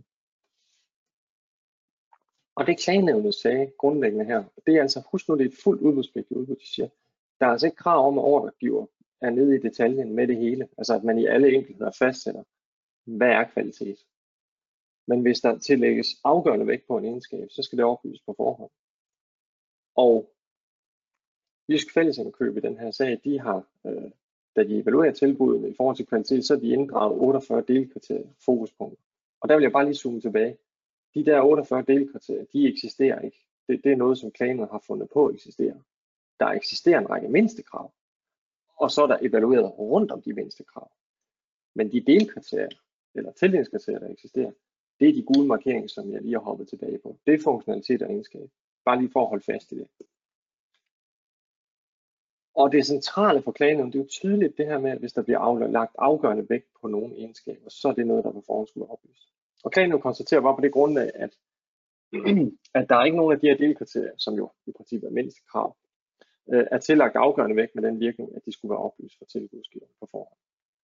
Og det klagenævnet sagde grundlæggende her, det er altså, husk nu, det er et fuldt udbudspligtigt udbud, de siger. Der er altså ikke krav om, at ordregiver er nede i detaljen med det hele, altså at man i alle enkeltheder fastsætter, hvad er kvalitet. Men hvis der tillægges afgørende vægt på en egenskab, så skal det oplyses på forhånd. Og Jysk Fællesindkøb i den her sag, de har, øh, da de evaluerer tilbuddene i forhold til kvalitet, så er de inddraget otteogfyrre delkriterier, fokuspunkter. Og der vil jeg bare lige zoome tilbage. De der otteogfyrre delkriterier, de eksisterer ikke. Det, det er noget, som klagenævnet har fundet på at eksistere. Der eksisterer en række mindstekrav, og så er der evalueret rundt om de mindstekrav. Men de delkriterier, eller tildelingskriterier, der eksisterer, det er de gule markeringer, som jeg lige har hoppet tilbage på. Det er funktionalitet og egenskab. Bare lige for at holde fast i det. Og det centrale for klagenævnet, det er jo tydeligt det her med, at hvis der bliver lagt afgørende vægt på nogle egenskaber, så er det noget, der på forhånd skulle oplyses. Og klagenævnet konstaterer bare på det grundlag, at, at der er ikke nogen af de her delkriterier, som jo i princippet er mindste krav, øh, er tillagt afgørende vægt med den virkning, at de skulle være oplyst for tilbudsgiveren på forhånd.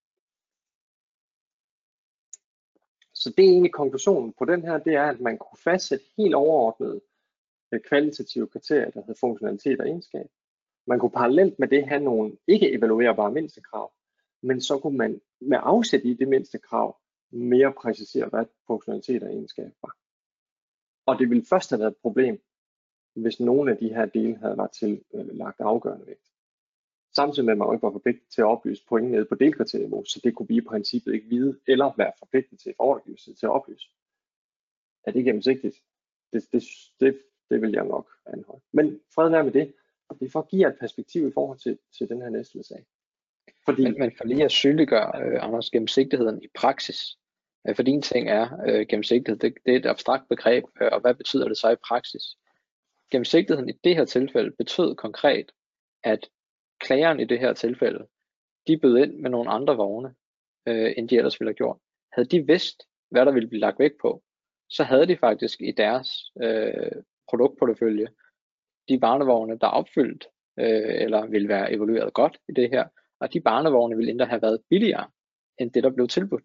Så det er egentlig konklusionen på den her, det er, at man kunne fastsætte helt overordnede kvalitative kriterier, der hedder funktionalitet og egenskab. Man kunne parallelt med det have nogle ikke evaluerbare mindstekrav, men så kunne man med afsæt i det mindstekrav mere præcisere, hvad funktionalitet og egenskab var. Og det ville først have været et problem, hvis nogle af de her dele havde været tillagt afgørende vægt. Samtidig med, at man ikke var forpligtet til at oplyse point nede på delkriterniveau, så det kunne vi i princippet ikke vide, eller være forpligtet til for ordregivelse til at oplyse. Er det gennemsigtigt? Det, det, det, det vil jeg nok anholde. Men fred være med det. Det er for at give et perspektiv i forhold til, til den her næste sag. Fordi, men, men for lige at synliggøre, øh, Anders, gennemsigtigheden i praksis. Øh, for din ting er, øh, gennemsigtighed, det, det er et abstrakt begreb, øh, og hvad betyder det så i praksis? Gennemsigtigheden i det her tilfælde betød konkret, at klageren i det her tilfælde, de bød ind med nogle andre vogne, øh, end de ellers ville have gjort. Havde de vidst, hvad der ville blive lagt vægt på, så havde de faktisk i deres øh, produktportefølje de barnevogne, der er opfyldt, øh, eller ville være evalueret godt i det her, og de barnevogne ville endda have været billigere, end det, der blev tilbudt.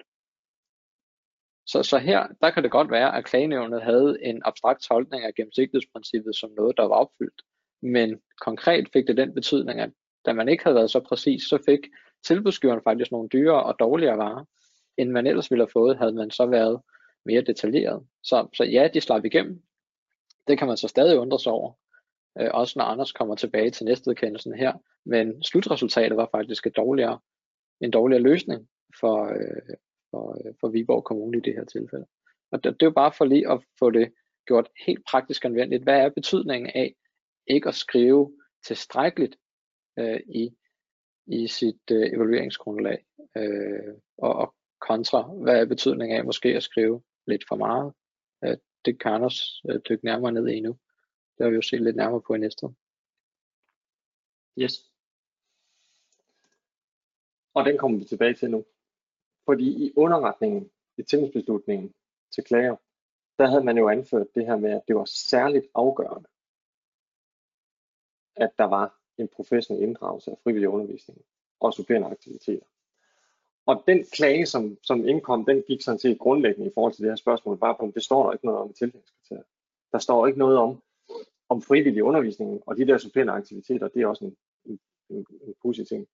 Så, så her, der kan det godt være, at klagenævnet havde en abstrakt tolkning af gennemsigtighedsprincippet som noget, der var opfyldt, men konkret fik det den betydning, at da man ikke havde været så præcis, så fik tilbudsgiveren faktisk nogle dyrere og dårligere varer, end man ellers ville have fået, havde man så været mere detaljeret. Så, så ja, de slap igennem. Det kan man så stadig undre sig over, øh, også når Anders kommer tilbage til næstvedkendelsen her, men slutresultatet var faktisk et dårligere, en dårligere løsning for, øh, for, øh, for Viborg Kommune i det her tilfælde. Og det, det er jo bare for lige at få det gjort helt praktisk anvendeligt. Hvad er betydningen af ikke at skrive tilstrækkeligt øh, i, i sit øh, evalueringsgrundlag, øh, og, og kontra, hvad er betydningen af måske at skrive lidt for meget? Øh, det kan Anders øh, dykke nærmere ned i nu. Det har vi jo set lidt nærmere på i næste. Yes. Og den kommer vi tilbage til nu. Fordi i underretningen, i tilbudsbeslutningen til klager, der havde man jo anført det her med, at det var særligt afgørende, at der var en professionel inddragelse af frivillig undervisning og supplerende aktiviteter. Og den klage, som, som indkom, den gik sådan set grundlæggende i forhold til det her spørgsmål, bare på, det står der ikke noget om i tildelingskriterier. Der står ikke noget om, om frivillig undervisning, og de der supplerende aktiviteter, det er også en, en, en, en pudsig ting.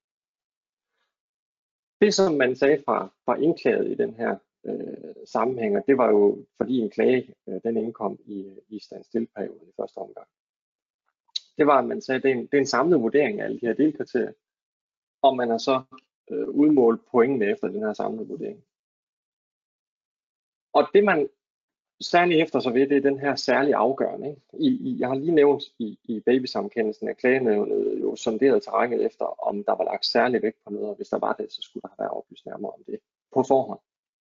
Det, som man sagde fra, fra indklaget i den her øh, sammenhæng, det var jo, fordi en klage, øh, den indkom i, i standstillperioden i første omgang. Det var, at man sagde, at det er en, det er en samlet vurdering af alle de her delkriterier, og man har så øh, udmålt pointene efter den her samlede vurdering. Og det man særligt efter sig ved, det er den her særlige afgørende. Ikke? I, i, jeg har lige nævnt i, i babysamkendelsen, at klagenævnet jo sonderede terrænet efter, om der var lagt særlig vægt på noget, og hvis der var det, så skulle der have været oplyst nærmere om det på forhånd.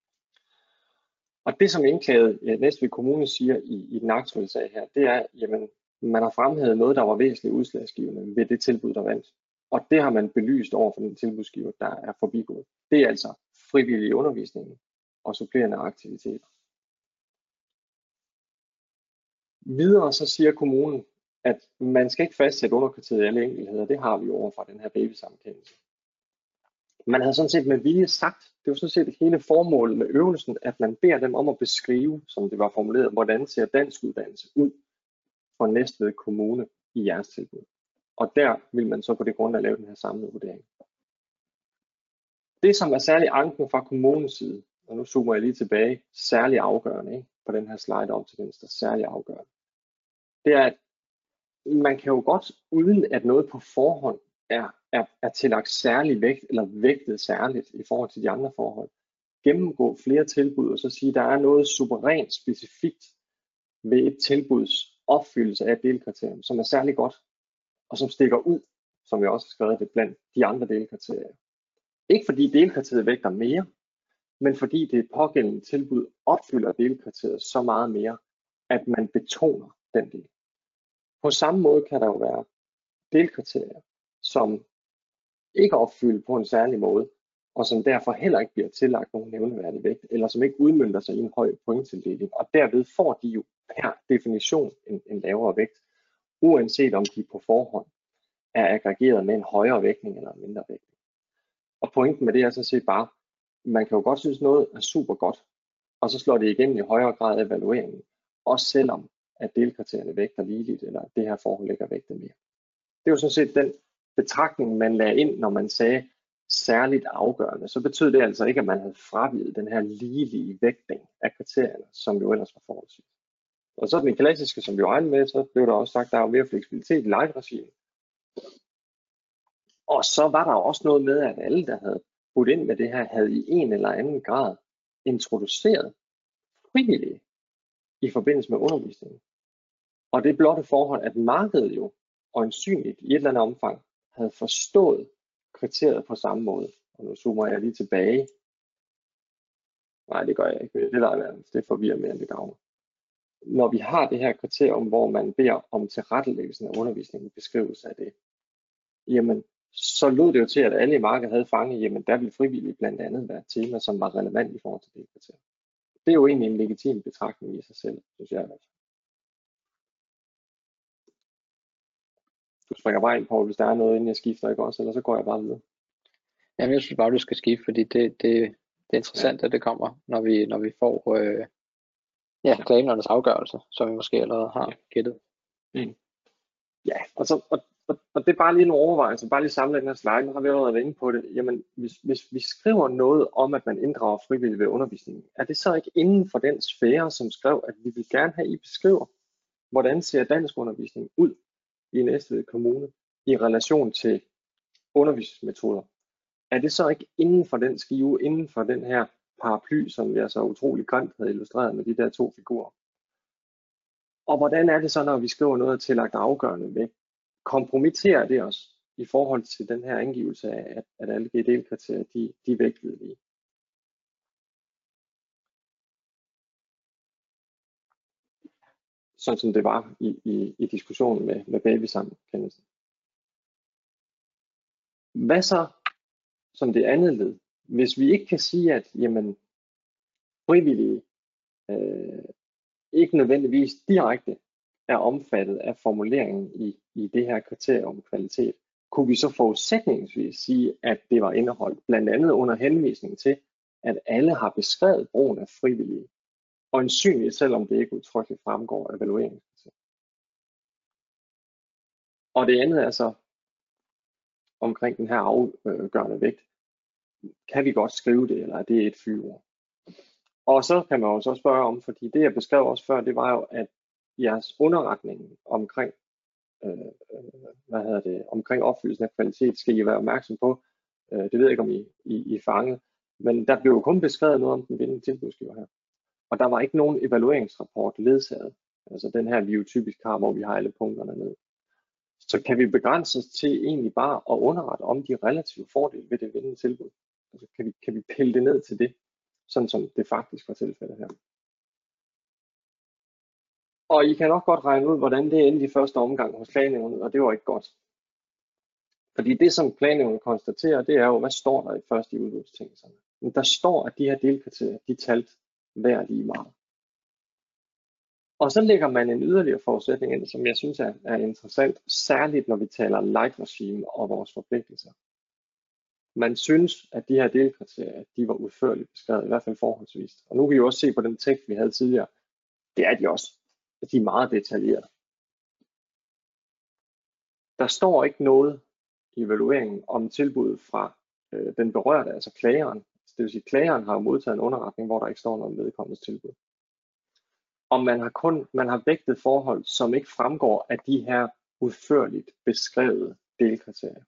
Og det, som indklaget ja, Næstved Kommune siger i, i den aktuelle sag her, det er, jamen, man har fremhævet noget, der var væsentligt udslagsgivende ved det tilbud, der vandt. Og det har man belyst over for den tilbudsgiver, der er forbigået. Det er altså frivillig undervisning og supplerende aktiviteter. Videre så siger kommunen, at man skal ikke fastsætte underkriteriet i alle enkeltheder. Det har vi jo over fra den her babysamkendelse. Man havde sådan set med vilje sagt, det var sådan set hele formålet med øvelsen, at man beder dem om at beskrive, som det var formuleret, hvordan ser dansk uddannelse ud for Næstved Kommune i jeres tilbud. Og der vil man så på det grundlag lave den her samlede vurdering. Det, som er særlig anken fra kommunens side, og nu zoomer jeg lige tilbage, særlig afgørende, ikke? På den her slide om til venstre, særlig afgørende, det er, at man kan jo godt, uden at noget på forhånd er, er, er tillagt særlig vægt, eller vægtet særligt i forhold til de andre forhold, gennemgå flere tilbud, og så sige, at der er noget suverænt specifikt ved et tilbuds opfyldelse af et delkriterium, som er særlig godt, og som stikker ud, som jeg også har skrevet det, blandt de andre delkriterier. Ikke fordi delkriteriet vægter mere, men fordi det pågældende tilbud opfylder delkriteriet så meget mere, at man betoner den del. På samme måde kan der jo være delkriterier, som ikke er opfyldt på en særlig måde, og som derfor heller ikke bliver tillagt nogen nævneværdig vægt, eller som ikke udmønter sig i en høj pointtildeling, og derved får de jo per definition en, en lavere vægt, uanset om de på forhånd er aggregeret med en højere vægtning eller en mindre vægtning. Og pointen med det er så set bare, man kan jo godt synes noget er super godt, og så slår det igen i højere grad af evalueringen, også selvom at delkriterierne vægter ligeligt, eller at det her forhold ligger vægtet mere. Det er jo sådan set den betragtning, man lagde ind, når man sagde særligt afgørende. Så betød det altså ikke, at man havde fraviget den her ligelige vægtning af kriterierne, som jo ellers var forudset. Og så den klassiske, som vi regnede med, så blev der også sagt, at der er jo mere fleksibilitet i live-regimet. Og så var der også noget med, at alle, der havde budt ind med det her, havde i en eller anden grad introduceret frivillige i forbindelse med undervisningen. Og det blotte forhold, at markedet jo øjensynligt i et eller andet omfang havde forstået kriteriet på samme måde. Og nu zoomer jeg lige tilbage. Nej, det gør jeg ikke. Det der er det forvirrer mere end det gavner. Når vi har det her kriterium, hvor man beder om tilrettelæggelsen af undervisningen, beskrivelse af det, jamen, så lød det jo til, at alle i markedet havde fanget, jamen der ville frivillige blandt andet være et tema, som var relevant i forhold til det kriterium. Det er jo egentlig en legitim betragtning i sig selv, synes jeg. Du springer bare ind på, hvis der er noget, inden jeg skifter, ikke også? Eller så går jeg bare videre. Jamen, jeg synes bare, du skal skifte, fordi det, det, det er interessant, ja. At det kommer, når vi, når vi får øh, ja, klagenernes afgørelse, som vi måske allerede har gættet. Mm. Ja, og, så, og, og, og det er bare lige nogle overvejelser, bare lige samle den her slide, nu har vi allerede været inde på det. Jamen, hvis, hvis vi skriver noget om, at man inddrager frivillige ved undervisningen, er det så ikke inden for den sfære, som skrev, at vi vil gerne have, I beskriver, hvordan ser dansk undervisning ud i Næstved Kommune i relation til undervisningsmetoder? Er det så ikke inden for den skive, inden for den her paraply, som jeg så utrolig grimt havde illustreret med de der to figurer? Og hvordan er det så, når vi skriver noget af tillagt afgørende vægt? Kompromitterer det os i forhold til den her angivelse af, at, at alle G D L-kriterier, de, de er vægtede? Sådan som det var i, i, i diskussionen med, med babysamkendelsen. Hvad så som det andet led? Hvis vi ikke kan sige, at jamen, frivillige øh, ikke nødvendigvis direkte er omfattet af formuleringen i, i det her kriterium om kvalitet, kunne vi så forudsætningsvis sige, at det var indeholdt blandt andet under henvisning til, at alle har beskrevet brugen af frivillige, og øjensynligt, selvom det ikke udtrykkeligt fremgår af evalueringen. Og det andet er så omkring den her afgørende vægt. Kan vi godt skrive det, eller er det et fyord? Og så kan man jo så spørge om, fordi det jeg beskrev også før, det var jo, at jeres underretning omkring, øh, hvad hedder det, omkring opfyldelsen af kvalitet, skal I være opmærksom på. Øh, det ved jeg ikke, om I, I, I fanget, men der blev jo kun beskrevet noget om den vindende tilbudsgiver her. Og der var ikke nogen evalueringsrapport ledsaget. Altså den her, vi jo typisk har, hvor vi har alle punkterne ned. Så kan vi begrænse os til egentlig bare at underrette om de relative fordele ved det vindende tilbud. Altså kan vi, kan vi pille det ned til det, sådan som det faktisk var tilfældet her. Og I kan nok godt regne ud, hvordan det endte i første omgang hos klagenævnet, og det var ikke godt. Fordi det, som klagenævnet konstaterer, det er jo, hvad står der i første i udbudstingelserne. Men der står, at de her delkriterier, de talt hver lige meget. Og så lægger man en yderligere forudsætning ind, som jeg synes er, er interessant, særligt når vi taler light regime og vores forpligtelser. Man synes, at de her delkriterier, de var udførligt beskrevet, i hvert fald forholdsvist. Og nu kan vi jo også se på den tekst, vi havde tidligere. Det er de også. De er meget detaljerede. Der står ikke noget i evalueringen om tilbuddet fra øh, den berørte, altså klageren. Det vil sige, at klageren har modtaget en underretning, hvor der ikke står noget om vedkommendes tilbud. Og man har kun man har vægtet forhold, som ikke fremgår af de her udførligt beskrevede delkriterier.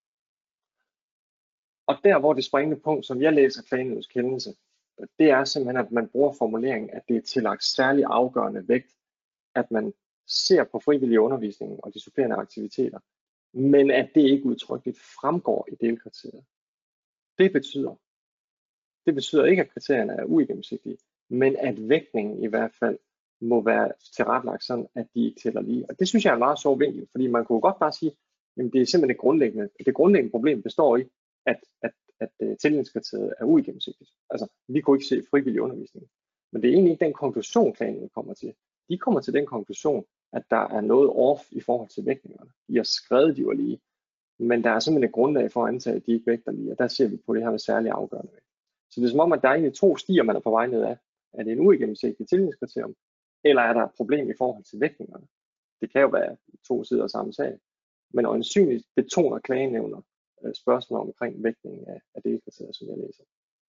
Og der, hvor det springende punkt, som jeg læser klagenævnets kendelse, det er simpelthen, at man bruger formuleringen, at det er tillagt særlig afgørende vægt, at man ser på frivillig undervisning og de supplerende aktiviteter, men at det ikke udtrykkeligt fremgår i delkriteriet. Det betyder, det betyder ikke, at kriterierne er uigennemsigtige, men at vægtningen i hvert fald må være tilrettelagt sådan, at de ikke tæller lige. Og det synes jeg er en meget sjov vinkel, fordi man kunne godt bare sige, at det er simpelthen det grundlæggende, det grundlæggende problem består i, at, at, at, at tildelingskriteriet er uigennemsigtigt. Altså, vi kunne ikke se frivillig undervisning. Men det er egentlig ikke den konklusion, klagen kommer til. De kommer til den konklusion, at der er noget off i forhold til vægtningerne. De har skrevet, de var lige, men der er simpelthen et grundlag for at antage, at de ikke vægter lige, og der ser vi på det her med særlig afgørende vægt. Så det er som om, at der er egentlig to stier, man er på vej ned af. Er det en uigennemsigtig tillidskriterium, eller er der et problem i forhold til vægtningerne? Det kan jo være to sider af samme sag, men øjensynligt betoner klagenævner spørgsmål omkring vægtningen af, af delkriterier, som jeg læser.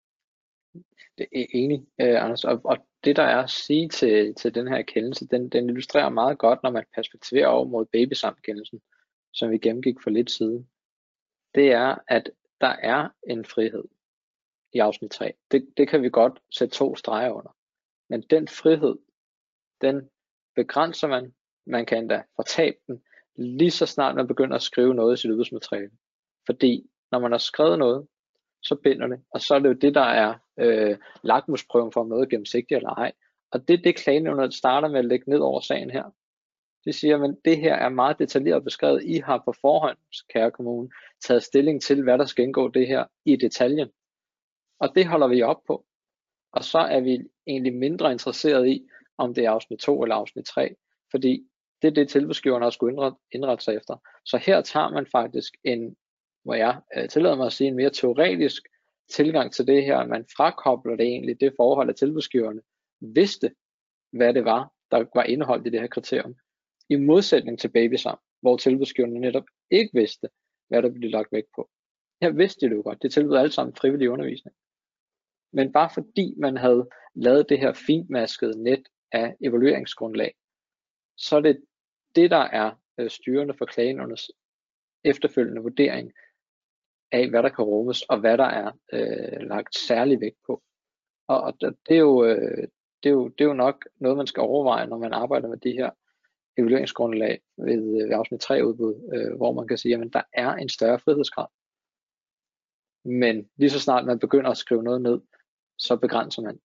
Det er enig, øh, Anders, og, og det der er at sige til, til den her kendelse, den, den illustrerer meget godt, når man perspektiverer over mod Babysam-kendelsen, som vi gennemgik for lidt siden. Det er, at der er en frihed i afsnit tre. Det, det kan vi godt sætte to streger under. Men den frihed, den begrænser man. Man kan endda fortabe den, lige så snart man begynder at skrive noget i sit udbudsmateriale. Fordi når man har skrevet noget, så binder det, og så er det jo det, der er øh, lakmusprøven for, om noget er gennemsigtigt eller ej. Og det er det, klagenævnet starter med at lægge ned over sagen her. De siger, at det her er meget detaljeret beskrevet. I har på forhånd, kære kommune, taget stilling til, hvad der skal indgå det her i detaljen. Og det holder vi op på. Og så er vi egentlig mindre interesseret i, om det er afsnit to eller afsnit tre, fordi det er det, tilbudsgiverne har skulle indrette, indrette sig efter. Så her tager man faktisk en, hvor jeg øh, tillader mig at sige, en mere teoretisk tilgang til det her. Man frakobler det egentlig, det forhold, at tilbudsgiverne vidste, hvad det var, der var indeholdt i det her kriterium. I modsætning til Babysam, hvor tilbudsgiverne netop ikke vidste, hvad der blev lagt vægt på. Her vidste de det jo godt. Det tilbød alle sammen frivillig undervisning. Men bare fordi man havde lavet det her fintmaskede net af evalueringsgrundlag, så er det det, der er øh, styrende for klagenævnets efterfølgende vurdering af, hvad der kan rummes, og hvad der er øh, lagt særlig vægt på. Og, og det, er jo, øh, det, er jo, det er jo nok noget, man skal overveje, når man arbejder med de her evalueringsgrundlag ved, ved afsnit tre udbud, øh, hvor man kan sige, at der er en større frihedsgrad. Men lige så snart man begynder at skrive noget ned, så begrænser man.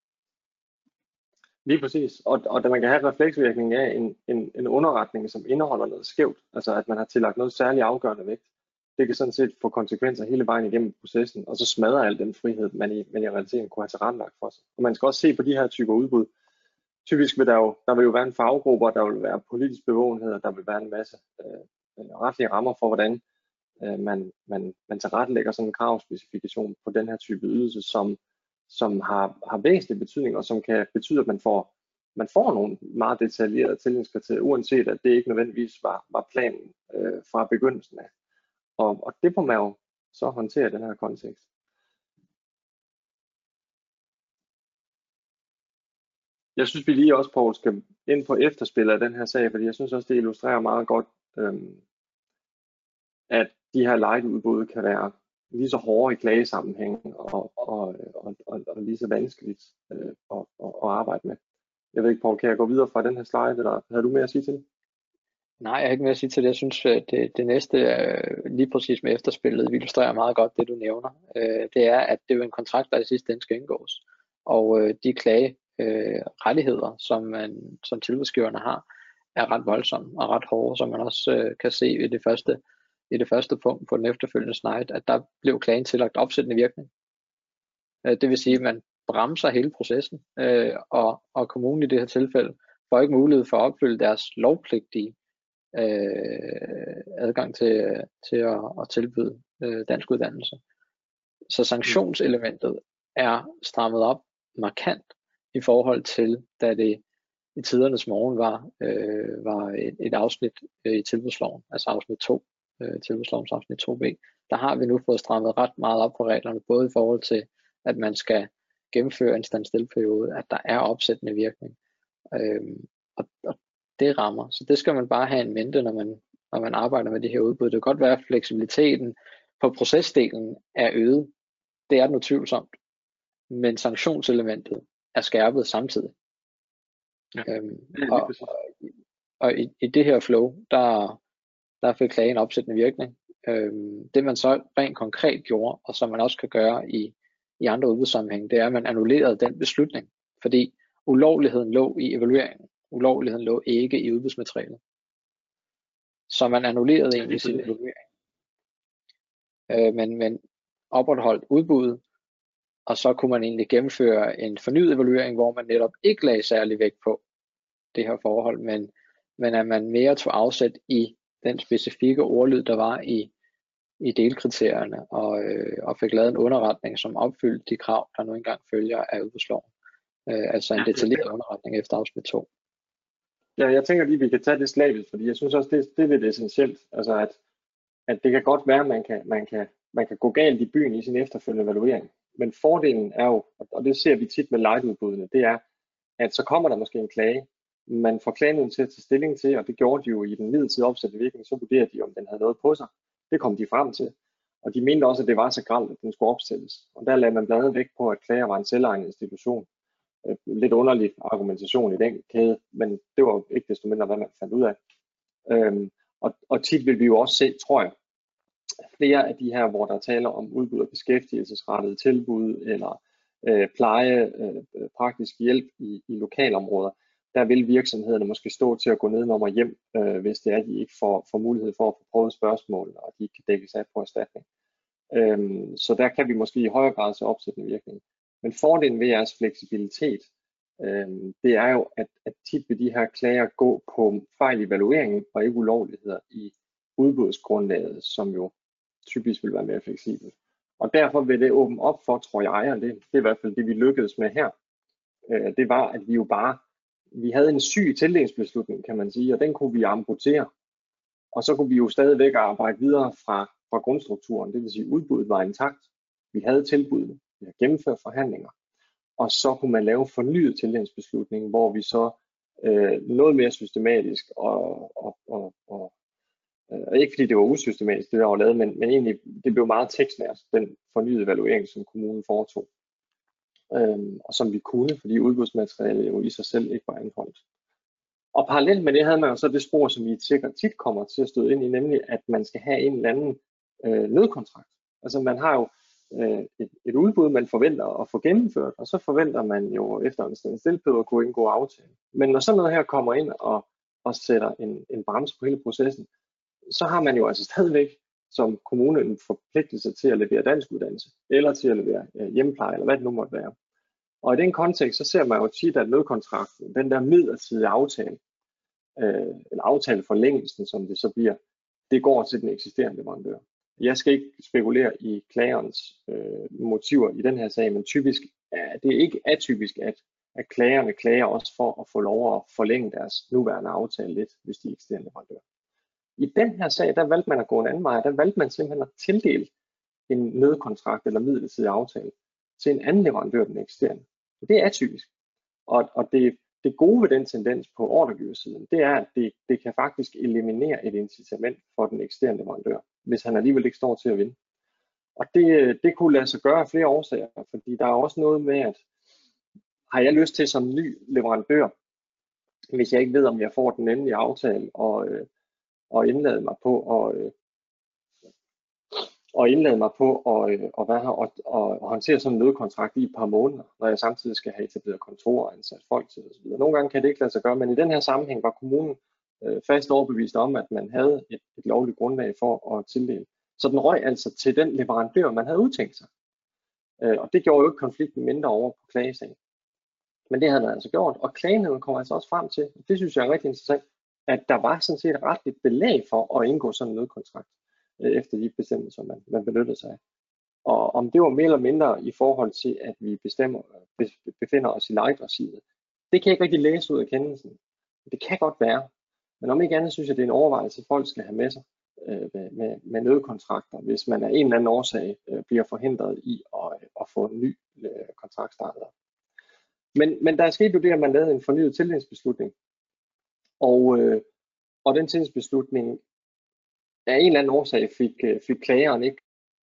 Lige præcis, og, og da man kan have refleksvirkning af en, en, en underretning, som indeholder noget skævt, altså at man har tillagt noget særligt afgørende vægt, det kan sådan set få konsekvenser hele vejen igennem processen, og så smadrer al den frihed, man i, man i realiteten kunne have tilrettelagt for sig. Og man skal også se på de her typer udbud. Typisk vil der jo, der vil jo være en faggruppe, der vil være politisk bevågenhed, og der vil være en masse øh, retlige rammer for, hvordan øh, man, man, man tilrettelægger sådan en kravspecifikation på den her type ydelse, som som har, har væsentlig betydning, og som kan betyde, at man får, man får nogle meget detaljerede tillidskriterier, uanset at det ikke nødvendigvis var, var planen øh, fra begyndelsen af. Og, og det må man jo så håndtere i den her kontekst. Jeg synes, vi lige også, Poul, skal ind på efterspil af den her sag, fordi jeg synes også, det illustrerer meget godt, øhm, at de her light-udbud kan være lige så hårde i klagesammenhæng og, og, og, og, og lige så vanskeligt øh, at, at, at arbejde med. Jeg ved ikke, Poul, kan jeg gå videre fra den her slide, eller havde du mere at sige til det? Nej, jeg har ikke mere at sige til det. Jeg synes, at det, det næste, lige præcis med efterspillet, vi illustrerer meget godt det, du nævner. Det er, at det er en kontrakt, der i sidste ende skal indgås. Og de klagerettigheder, som, man, som tilbudsgiverne har, er ret voldsomme og ret hårde, som man også kan se i det første i det første punkt på den efterfølgende slide, at der blev klagen tillagt opsættende virkning. Det vil sige, at man bremser hele processen, og, og kommunen i det her tilfælde får ikke mulighed for at opfylde deres lovpligtige øh, adgang til, til at, at tilbyde øh, dansk uddannelse. Så sanktionselementet er strammet op markant i forhold til, da det i tidernes morgen var, øh, var et, et afsnit øh, i tilbudsloven, altså afsnit to. Tilbudslovens afsnit to B, der har vi nu fået strammet ret meget op på reglerne, både i forhold til, at man skal gennemføre en standstillperiode, at der er opsættende virkning, øhm, og, og det rammer. Så det skal man bare have en mente, når man, når man arbejder med de her udbud. Det kan godt være, at fleksibiliteten på procesdelen er øget. Det er den utvivlsomt, men sanktionselementet er skærpet samtidig. Ja, øhm, og, og, og i, i det her flow, der der fik klagen opsættende virkning. Øhm, det man så rent konkret gjorde, og som man også kan gøre i, i andre udbudssammenhænge, det er, at man annullerede den beslutning, fordi ulovligheden lå i evalueringen. Ulovligheden lå ikke i udbudsmaterialet. Så man annullerede egentlig sin evaluering. Øh, men, men opretholdt udbuddet, og så kunne man egentlig gennemføre en fornyet evaluering, hvor man netop ikke lagde særlig vægt på det her forhold, men, men at man mere tog afsæt i den specifikke ordlyd, der var i, i delkriterierne, og, øh, og fik lavet en underretning, som opfyldte de krav, der nu engang følger af udbudsloven. Øh, altså en Ja, detaljeret underretning efter afsnit to. Ja, jeg tænker lige, at vi kan tage det slaget, fordi jeg synes også, det, det er lidt essentielt. Altså, at, at det kan godt være, at man kan, man, kan, man kan gå galt i byen i sin efterfølgende evaluering. Men fordelen er jo, og det ser vi tit med light-udbuddene, det er, at så kommer der måske en klage. Man får klagen til at tage stilling til, og det gjorde de jo i den midlertidige opsættende virkning, så vurderede de, om den havde noget på sig. Det kom de frem til. Og de mente også, at det var så grelt, at den skulle opsættes. Og der lagde man blandt andet vægt på, at klager var en selvejende institution. Lidt underlig argumentation i den kæde, men det var ikke desto mindre, hvad man fandt ud af. Øhm, og, og tit vil vi jo også se, tror jeg, flere af de her, hvor der taler om udbud af beskæftigelsesrettede tilbud, eller øh, pleje, øh, praktisk hjælp i, i lokalområder, der vil virksomhederne måske stå til at gå ned og hjem, øh, hvis det er, at de ikke får, får mulighed for at få prøvet spørgsmål, og de kan dækkes af på erstatning. Øhm, så der kan vi måske i højere grad se opsættende virkning. Men fordelen ved jeres fleksibilitet, øh, det er jo, at, at tit vil de her klager gå på fejl i evalueringen og ikke ulovligheder i udbudsgrundlaget, som jo typisk vil være mere fleksibelt. Og derfor vil det åbne op for, tror jeg, og det, det er i hvert fald det, vi lykkedes med her, øh, det var, at vi jo bare, vi havde en syg tildelingsbeslutning, kan man sige, og den kunne vi amputere. Og så kunne vi jo stadigvæk arbejde videre fra, fra grundstrukturen, det vil sige, udbuddet var intakt. Vi havde tilbuddet, vi har gennemført forhandlinger, og så kunne man lave fornyet tildelingsbeslutning, hvor vi så øh, noget mere systematisk, og, og, og, og øh, ikke fordi det var usystematisk, det der var lavet, men, men egentlig det blev meget tekstnært, den fornyede evaluering, som kommunen foretog, øhm, og som vi kunne, fordi udbudsmaterialet jo i sig selv ikke var anholdt. Og parallelt med det havde man jo så det spor, som I sikkert tit kommer til at støde ind i, nemlig at man skal have en eller anden øh, nødkontrakt. Altså man har jo øh, et, et udbud, man forventer at få gennemført, og så forventer man jo efter en standstillperiode at kunne indgå aftale. Men når sådan noget her kommer ind og, og sætter en, en bremse på hele processen, så har man jo altså stadigvæk som kommune en forpligtelse til at levere dansk uddannelse, eller til at levere øh, hjemmepleje, eller hvad det nu måtte være. Og i den kontekst, så ser man jo tit, at nødkontrakten, den der midlertidige aftale, øh, eller aftaleforlængelsen, som det så bliver, det går til den eksisterende leverandør. Jeg skal ikke spekulere i klagerens øh, motiver i den her sag, men typisk er det ikke atypisk, at, at klagerne klager også for at få lov at forlænge deres nuværende aftale lidt, hvis de er eksisterende leverandør. I den her sag, der valgte man at gå en anden vej. Der valgte man simpelthen at tildele en nødkontrakt eller midlertidig aftale til en anden leverandør end den eksisterende. Det er atypisk. Og, og det, det gode ved den tendens på ordregiversiden, det er, at det, det kan faktisk eliminere et incitament for den eksisterende leverandør, hvis han alligevel ikke står til at vinde. Og det, det kunne lade sig gøre af flere årsager, fordi der er også noget med, at har jeg lyst til som ny leverandør, hvis jeg ikke ved, om jeg får den endelige aftale, og, og indlade mig på og, og indlade mig på at, og, hvad her, og, og, og håndtere sådan en nødkontrakt i et par måneder, når jeg samtidig skal have etableret kontor og ansat folk til osv. Nogle gange kan det ikke lade sig gøre, men i den her sammenhæng var kommunen øh, fast overbevist om, at man havde et, et lovligt grundlag for at tildele. Så den røg altså til den leverandør, man havde udtænkt sig. Øh, og det gjorde jo ikke konflikten mindre over på klagesagen. Men det havde man altså gjort, og klagenævnet kom altså også frem til, det synes jeg er rigtig interessant, at der var sådan set et retligt belæg for at indgå sådan en nødkontrakt øh, efter de bestemmelser, man, man benyttede sig af. Og om det var mere eller mindre i forhold til, at vi bestemmer, befinder os i light-regimet, det kan jeg ikke rigtig læse ud af kendelsen. Det kan godt være, men om ikke andet synes jeg, det er en overvejelse, folk skal have med sig øh, med, med, med nødkontrakter, hvis man af en eller anden årsag øh, bliver forhindret i at, at få en ny øh, kontrakt startet. Men, men der er sket jo det, at man lavede en fornyet tildelingsbeslutning, og, øh, og den tildelingsbeslutning af en eller anden årsag fik, øh, fik klageren ikke.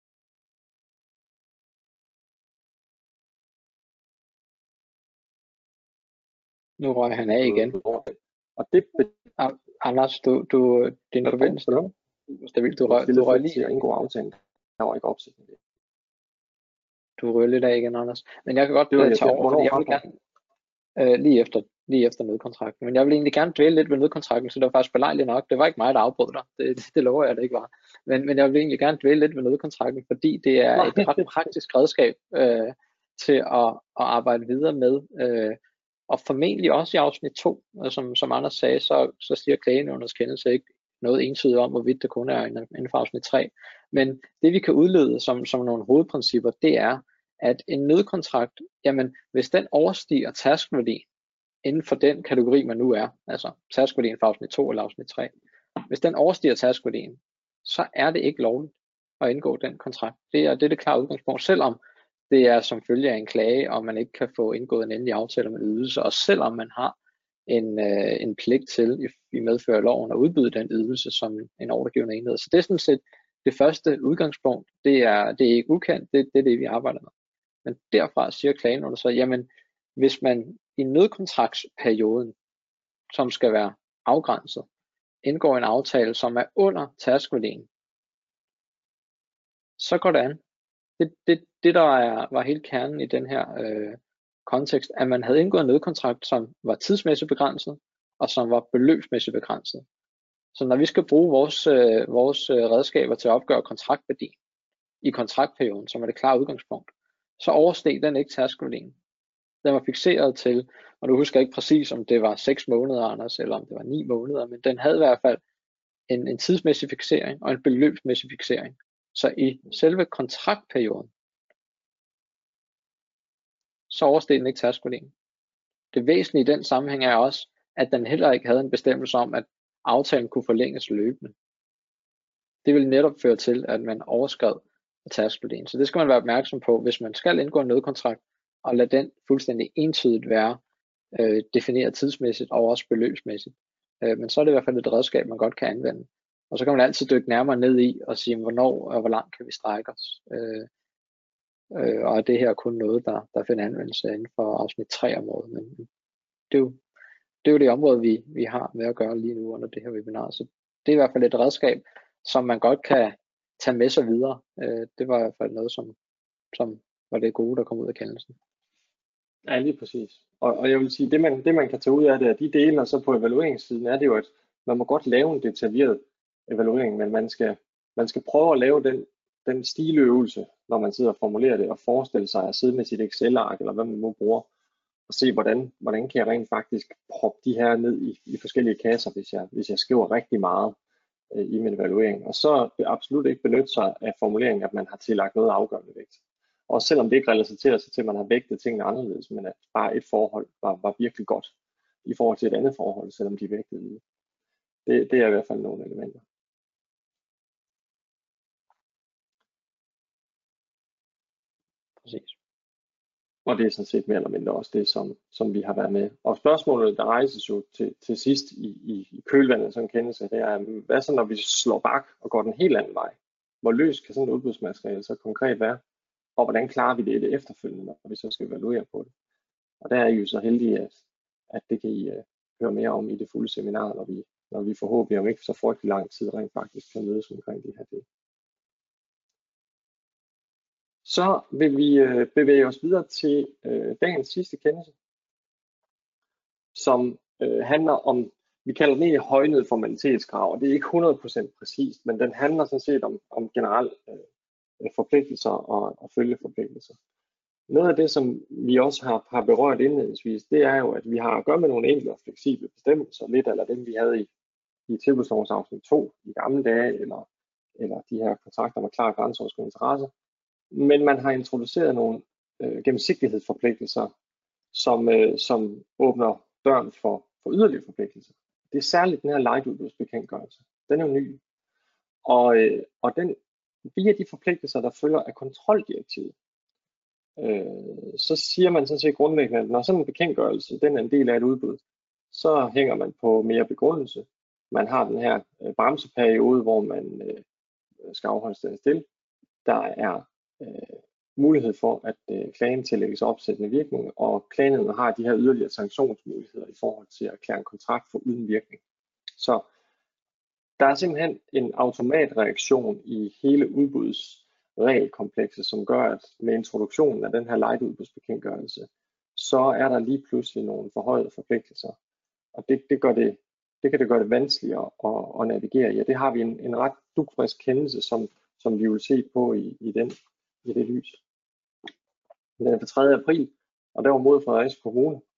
Nu røg han af igen. Og det ah, Anders, du, du, din forbindelse er stabil. Du røg, du røg lige til at indgå aftalen. Der var ikke opsætning. Du røg lidt af igen, Anders. Men jeg kan godt det var, tage over, fordi jeg vil gerne øh, lige efter lige efter nødkontrakten. Men jeg vil egentlig gerne dvæle lidt ved nødkontrakten, så det var faktisk belejligt nok. Det var ikke mig, der afbrød dig. Det, det, det lover jeg, det ikke var. Men, men jeg vil egentlig gerne dvæle lidt ved nødkontrakten, fordi det er et ret praktisk redskab øh, til at, at arbejde videre med. Øh, og formentlig også i afsnit to, som, som Anders sagde, så, så siger klagenævnets kendelse ikke noget entydigt om, hvorvidt det kun er inden for afsnit tre. Men det vi kan udlede som, som nogle hovedprincipper, det er, at en nødkontrakt, jamen hvis den overstiger taskværdien inden for den kategori, man nu er, altså taskværdien for afsnit to eller afsnit tre, hvis den overstiger taskværdien, så er det ikke lovligt at indgå den kontrakt. Det er det, er det klare udgangspunkt, selvom det er som følge af en klage, og man ikke kan få indgået en endelig aftale om en ydelse, og selvom man har en, øh, en pligt til i, i medfør af loven at udbyde den ydelse som en ordregivende enhed. Så det er sådan set det første udgangspunkt. Det er, det er ikke ukendt, det, det er det, vi arbejder med. Men derfra siger klagenævnet så, jamen hvis man i nødkontraktsperioden, som skal være afgrænset, indgår en aftale, som er under taskværdien, så går det an. Det, det, det der er, var hele kernen i den her øh, kontekst, at man havde indgået en nødkontrakt, som var tidsmæssigt begrænset, og som var beløbsmæssigt begrænset. Så når vi skal bruge vores, øh, vores redskaber til at opgøre kontraktværdien i kontraktperioden, som er det klare udgangspunkt, så oversteg den ikke taskværdien. Den var fikseret til, og du husker ikke præcis, om det var seks måneder, Anders, eller om det var ni måneder, men den havde i hvert fald en, en tidsmæssig fiksering og en beløbsmæssig fiksering. Så i selve kontraktperioden, så oversteg den ikke taskværdien. Det væsentlige i den sammenhæng er også, at den heller ikke havde en bestemmelse om, at aftalen kunne forlænges løbende. Det vil netop føre til, at man overskred taskværdien. Så det skal man være opmærksom på, hvis man skal indgå en nødkontrakt, og lade den fuldstændig entydigt være øh, defineret tidsmæssigt og også beløbsmæssigt. Øh, men så er det i hvert fald et redskab, man godt kan anvende. Og så kan man altid dykke nærmere ned i og sige, hvornår og hvor langt kan vi strække os. Øh, øh, og er det her kun noget, der, der finder anvendelse inden for afsnit tre området. Men det er jo det, er jo det område, vi, vi har med at gøre lige nu under det her webinar. Så det er i hvert fald et redskab, som man godt kan tage med sig videre. Øh, det var i hvert fald noget, som, som var det gode, der kom ud af kendelsen. Ja, lige præcis. Og, og jeg vil sige, det man, det man kan tage ud af det, er de dele, og så på evalueringssiden er det jo, at man må godt lave en detaljeret evaluering, men man skal, man skal prøve at lave den, den stiløvelse, når man sidder og formulerer det, og forestille sig at sidde med sit Excel-ark, eller hvad man må bruge, og se, hvordan, hvordan kan jeg rent faktisk proppe de her ned i, i forskellige kasser, hvis jeg, hvis jeg skriver rigtig meget øh, i min evaluering. Og så vil absolut ikke benytte sig af formuleringen, at man har tillagt noget afgørende vægt. Og selvom det ikke relaterer sig til, at man har vægtet tingene anderledes, men at bare et forhold var, var virkelig godt i forhold til et andet forhold, selvom de vægtede lige. Det, det er i hvert fald nogle elementer. Præcis. Og det er sådan set mere eller mindre også det, som, som vi har været med. Og spørgsmålet, der rejses jo til, til sidst i, i, i kølvandet, sådan en kendelse, det er, hvad så når vi slår bak og går den helt anden vej? Hvor løs kan sådan et udbudsmateriale så konkret være? Og hvordan klarer vi det i det efterfølgende, når vi så skal evaluere på det? Og der er I jo så heldige, at, at det kan I uh, høre mere om i det fulde seminar, når vi, når vi forhåbentlig om ikke så frygtelig lang tid rent faktisk kan mødes omkring de her ting. Så vil vi øh, bevæge os videre til øh, dagens sidste kendelse, som øh, handler om, vi kalder den egentlig højnede formalitetskrav, og det er ikke hundrede procent præcist, men den handler sådan set om, om generelle øh, forpligtelser og, og følgeforpligtelser. Noget af det, som vi også har, har berørt indledningsvis, det er jo, at vi har at gøre med nogle enkle og fleksible bestemmelser, lidt eller dem vi havde i, i tilbudslovens afsnit to i gamle dage, eller, eller de her kontrakter med klar grænseoverskridende interesse. Men man har introduceret nogle øh, gennemsigtighedsforpligtelser, som, øh, som åbner døren for, for yderligere forpligtelser. Det er særligt den her light-udbudsbekendtgørelse. Den er jo ny. Og, øh, og den, via de forpligtelser, der følger af kontroldirektivet, øh, så siger man sådan set grundlæggende, at når sådan en bekendtgørelse, den er en del af et udbud, så hænger man på mere begrundelse. Man har den her øh, bremseperiode, hvor man øh, skal afholde stedet stille. Der er Øh, mulighed for, at øh, klagen tillægges opsættende virkning, og klagenævnet har de her yderligere sanktionsmuligheder i forhold til at erklære en kontrakt for uden virkning. Så der er simpelthen en automatreaktion i hele udbuds regelkomplekset, som gør, at med introduktionen af den her light udbudsbekendtgørelse, så er der lige pludselig nogle forhøjede forpligtelser. Og det, det, gør det, det kan det gøre det vanskeligere at, at navigere i. Ja, det har vi en, en ret dugfrisk kendelse, som, som vi vil se på i, i den i det lys. Den er fra tredje april, og der var mod Fredericia Kommune,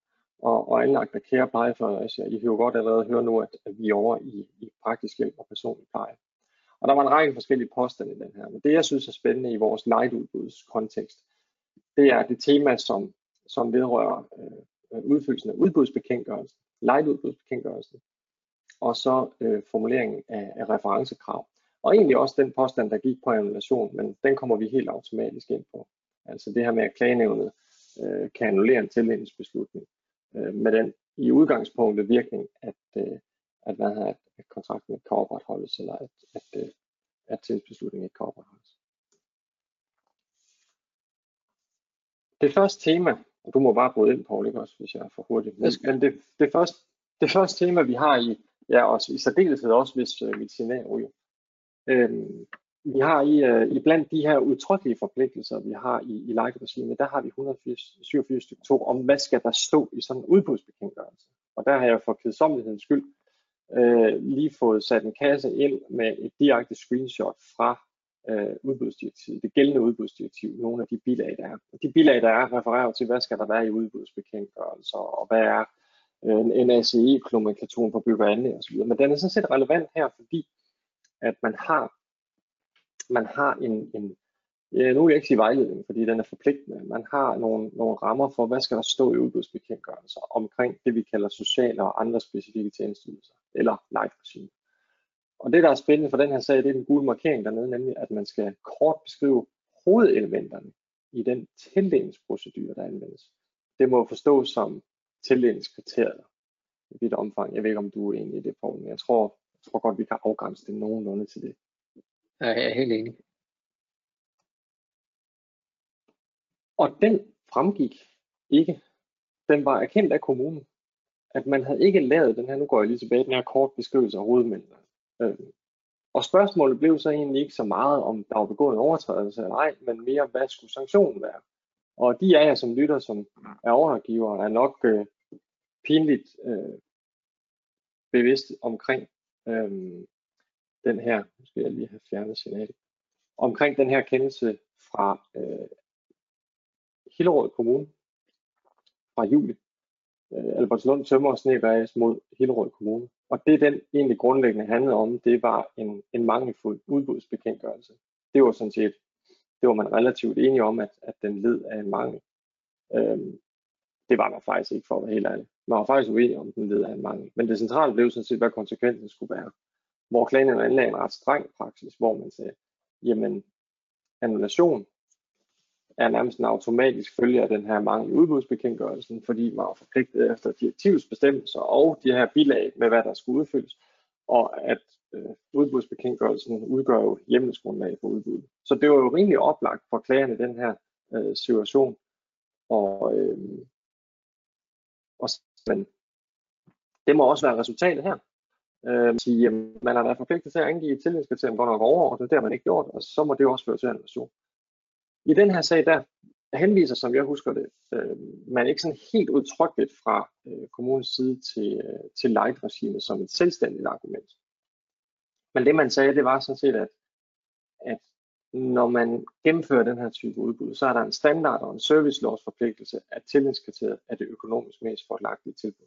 og, og anlagt af kære plejefredericia. I kan jo godt allerede høre nu, at, at vi er over i, i praktisk hjælp og personlig pleje. Og der var en række forskellige påstande i den her. Men det, jeg synes er spændende i vores light-udbuds kontekst, det er det tema, som, som vedrører øh, udfyldelsen af udbudsbekendtgørelsen, light-udbudsbekendtgørelsen, og så øh, formuleringen af, af referencekrav. Og egentlig også den påstand, der gik på annulation, men den kommer vi helt automatisk ind på. Altså det her med, at klagenævnet øh, kan annullere en tildelingsbeslutning øh, med den i udgangspunktet virkning, at, øh, at, hvad her, at kontrakten ikke kan opretholdes, eller at, at, at, at tillidsbeslutningen ikke kan opretholdes. Det første tema, og du må bare bryde ind, Poul, ikke også, hvis jeg er for hurtigt, men, men det, det, første, det første tema, vi har i, ja, også i særdeleshed også, hvis øh, mit signal ryger, øhm, vi har i, øh, i blandt de her udtrykkelige forpligtelser, vi har i, i light-regimet, der har vi et hundrede og syvogfirs stykke to om, hvad skal der stå i sådan en udbudsbekendtgørelse. Og der har jeg for kedsomlighedens skyld øh, lige fået sat en kasse ind med et direkte screenshot fra øh, udbudsdirektivet, det gældende udbudsdirektiv, nogle af de bilag, der er. Og de bilag, der er, refererer til, hvad skal der være i udbudsbekendtgørelser, og hvad er øh, en A C E-nomenklaturen for bygge og anlæg osv. Men den er sådan set relevant her, fordi at man har man har en, en ja, nu vil jeg ikke sige vejledning, fordi den er forpligtende. Man har nogle, nogle rammer for, hvad skal der stå i udbudsbekendtgørelser omkring det, vi kalder sociale og andre specifikke tjenesteydelser, eller light-regime. Og det, der er spændende for den her sag, det er den gule markering dernede, nemlig at man skal kort beskrive hovedelementerne i den tildelingsprocedure, der anvendes. Det må forstås som tildelingskriterier i vidt omfang. Jeg ved ikke, om du er enig i det, Poul, men jeg tror, jeg tror godt, vi kan afgrænse det nogenlunde til det. Ja, jeg er helt enig. Og den fremgik ikke. Den var erkendt af kommunen, at man havde ikke lavet den her, nu går jeg lige tilbage, den her kort beskrivelse af hovedmændene. Øhm, og spørgsmålet blev så egentlig ikke så meget, om der var begået en overtrædelse eller ej, men mere, hvad skulle sanktionen være? Og de af jer, som lytter, som er ordregiver, er nok øh, pinligt øh, bevidst omkring øh, den her, nu skal jeg lige have fjernet signalet, omkring den her kendelse fra øh, Hillerød Kommune fra juli. Øh, Albertslund Tømmer og Snedgræs mod Hillerød Kommune. Og det den egentlig grundlæggende handlede om, det var en, en mangelfuld udbudsbekendtgørelse. Det var sådan set, det var man relativt enige om, at, at den led af en mangel. Øhm, det var man faktisk ikke, for at være helt ærlig. Man var faktisk uenig om, den led af en mangel. Men det centrale blev sådan set, hvad konsekvensen skulle være. Hvor klagenævnet anlagde en ret streng praksis, hvor man sagde, jamen annulation er nærmest en automatisk følge af den her mangel i udbudsbekendtgørelsen, fordi man er forpligtet efter direktivets bestemmelser og de her bilag med, hvad der skulle udfyldes, og at øh, udbudsbekendtgørelsen udgør jo hjemmelsgrundlag for udbuddet. Så det var jo rimelig oplagt for klagerne i den her øh, situation. Og, øh, og men det må også være resultatet her. Øh, sige, jamen, man har været forpligtet til at angive tillidskriterium godt nok overordnet, det har man ikke gjort, og så må det også føre til annulation. I den her sag, der henviser, som jeg husker det, øh, man ikke sådan helt udtrykkeligt fra øh, kommunens side til, øh, til light-regimet som et selvstændigt argument. Men det man sagde, det var sådan set, at, at når man gennemfører den her type udbud, så er der en standard og en servicelovsforpligtelse, at tillidskriteriet er det økonomisk mest fordelagtige tilbud.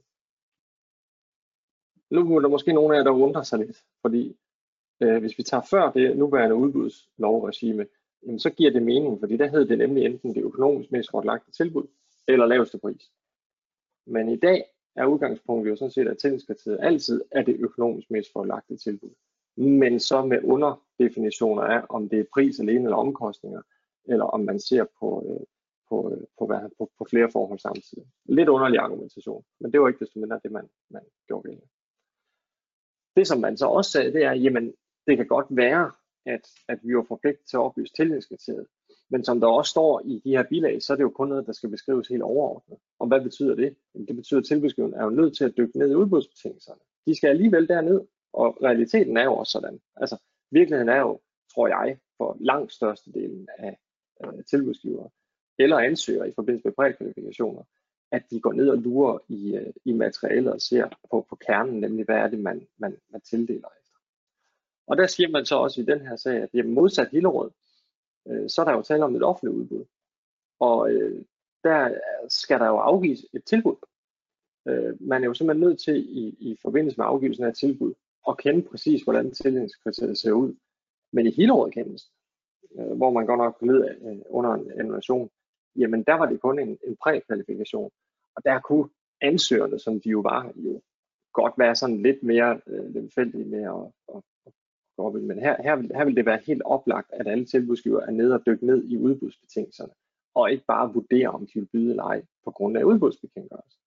Nu er der måske nogle af jer, der undrer sig lidt, fordi øh, hvis vi tager før det nuværende udbudslovregime, jamen, så giver det mening, fordi der hed det nemlig enten det økonomisk mest fordelagtige tilbud, eller laveste pris. Men i dag er udgangspunktet jo sådan set, at tillidskriteriet altid er det økonomisk mest fordelagtige tilbud. Men så med underdefinitioner af, om det er pris alene eller omkostninger, eller om man ser på, øh, på, øh, på, hvad, på, på flere forhold samtidig. Lidt underlig argumentation, men det var ikke desto mindre det, man, man gjorde gældende. Det, som man så også sagde, det er, jamen, det kan godt være, at, at vi var forpligtet til at oplyse tillidskriteriet. Men som der også står i de her bilag, så er det jo kun noget, der skal beskrives helt overordnet. Og hvad betyder det? Jamen, det betyder, at tilbudsgiveren er jo nødt til at dykke ned i udbudsbetingelserne. De skal alligevel derned, og realiteten er jo også sådan. Altså, virkeligheden er jo, tror jeg, for langt størstedelen af øh, tilbudsgivere eller ansøgere i forbindelse med prækvalifikationer, at de går ned og lurer i, øh, i materialet og ser på, på kernen, nemlig hvad er det, man, man, man tildeler efter. Og der siger man så også i den her sag, at jamen, modsat Hillerød, øh, så er der jo tale om et offentligt udbud. Og øh, der skal der jo afgives et tilbud. Øh, man er jo simpelthen nødt til i, i forbindelse med afgivelsen af et tilbud at kende præcis, hvordan tildelingskriteriet ser ud. Men i Hillerød-kendelsen, øh, hvor man godt nok kom ned øh, under en annullation, jamen der var det kun en, en prækvalifikation. Og der kunne ansøgerne, som de jo var, jo godt være sådan lidt mere øh, lemfældige med at, at, at gå op i. Men her, her, vil, her vil det være helt oplagt, at alle tilbudsgiver er nede og dykke ned i udbudsbetingelserne, og ikke bare vurdere, om de vil byde eller ej på grund af udbudsbekendtgørelsen.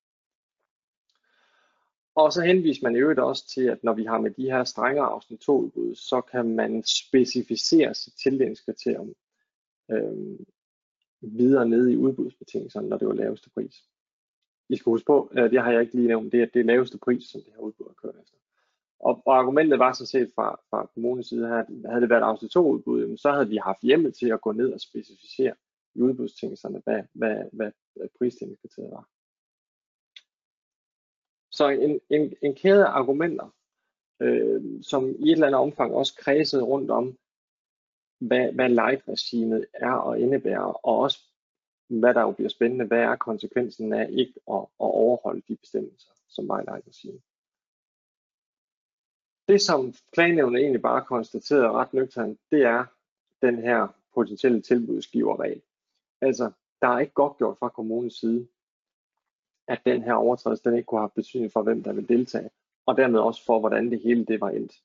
Og så henviser man i øvrigt også til, at når vi har med de her strengere afsnit to udbud, så kan man specificere sit tildelingskriterium øh, videre nede i udbudsbetingelserne, når det var laveste pris. I skal huske på, at det har jeg ikke lige nævnt, det er det laveste pris, som det her udbud har kørt efter. Og, og argumentet var så set fra, fra kommunens side her, at havde det været afsnit to udbud, så havde vi haft hjemmel til at gå ned og specificere i udbudsbetingelserne, hvad, hvad, hvad, hvad prisstigningskriteriet var. Så en, en, en kæde af argumenter, øh, som i et eller andet omfang også kredsede rundt om, hvad, hvad light-regimet er og indebærer, og også hvad der jo bliver spændende, hvad er konsekvensen af ikke at, at overholde de bestemmelser, som var i light-regimet. Det som klagenævnet egentlig bare konstaterede ret nøgternt, det er den her potentielle tilbudsgiverregel. Altså, der er ikke godt gjort fra kommunens side, at den her overtrædelse den ikke kunne have betydning for, hvem der vil deltage, og dermed også for, hvordan det hele det var endt.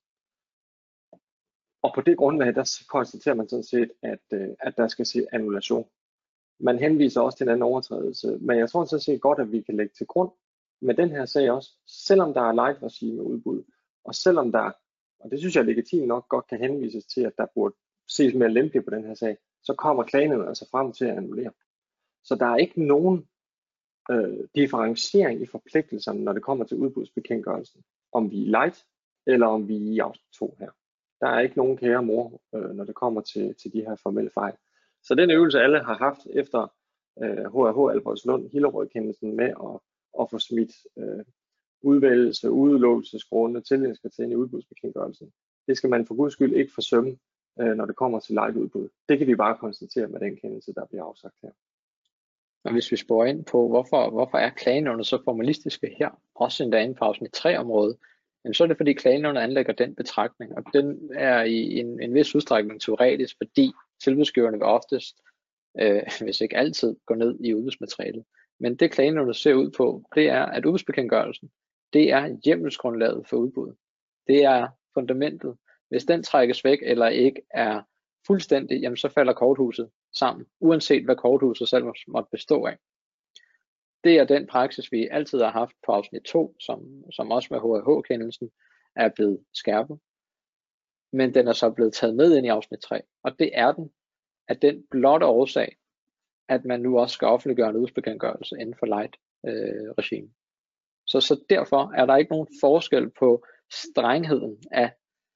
Og på det grundlag, der konstaterer man sådan set, at, at der skal se annulation. Man henviser også til en anden overtrædelse, men jeg tror sådan set godt, at vi kan lægge til grund med den her sag også, selvom der er light-regime udbud, og selvom der, og det synes jeg er legitimt nok, godt kan henvises til, at der burde ses mere lempeligt på den her sag, så kommer klagenævnet altså frem til at annullere. Så der er ikke nogen øh, differentiering i forpligtelserne, når det kommer til udbudsbekendtgørelsen, om vi er light, eller om vi er i afsnit to her. Der er ikke nogen kære mor, øh, når det kommer til, til de her formelle fejl. Så den øvelse, alle har haft efter øh, H R H Albertslund Hillerød-kendelsen med at, at få smidt øh, udvælgelse, udelukkelsesgrunde, tildelingskriterierne i udbudsbekendtgørelsen, det skal man for guds skyld ikke forsømme, øh, når det kommer til light-udbud. Det kan vi bare konstatere med den kendelse, der bliver afsagt her. Og hvis vi spørger ind på, hvorfor, hvorfor er klagenævnet så formalistiske her, også endda inden på afsnit tre området, jamen så er det fordi klagenævnet anlægger den betragtning, og den er i en, en vis udstrækning teoretisk, fordi tilbudsgiverne vil oftest, øh, hvis ikke altid, gå ned i udbudsmaterialet. Men det klagenævnet ser ud på, det er, at udbudsbekendtgørelsen, det er hjemmelsgrundlaget for udbud. Det er fundamentet. Hvis den trækkes væk eller ikke er fuldstændig, jamen så falder korthuset sammen, uanset hvad korthuset selv måtte bestå af. Det er den praksis, vi altid har haft på afsnit to, som, som også med H R H-kendelsen er blevet skærpet. Men den er så blevet taget med ind i afsnit tre, og det er den af den blotte årsag, at man nu også skal offentliggøre en udbudsbekendtgørelse inden for light-regime. Øh, så, så derfor er der ikke nogen forskel på strengheden af,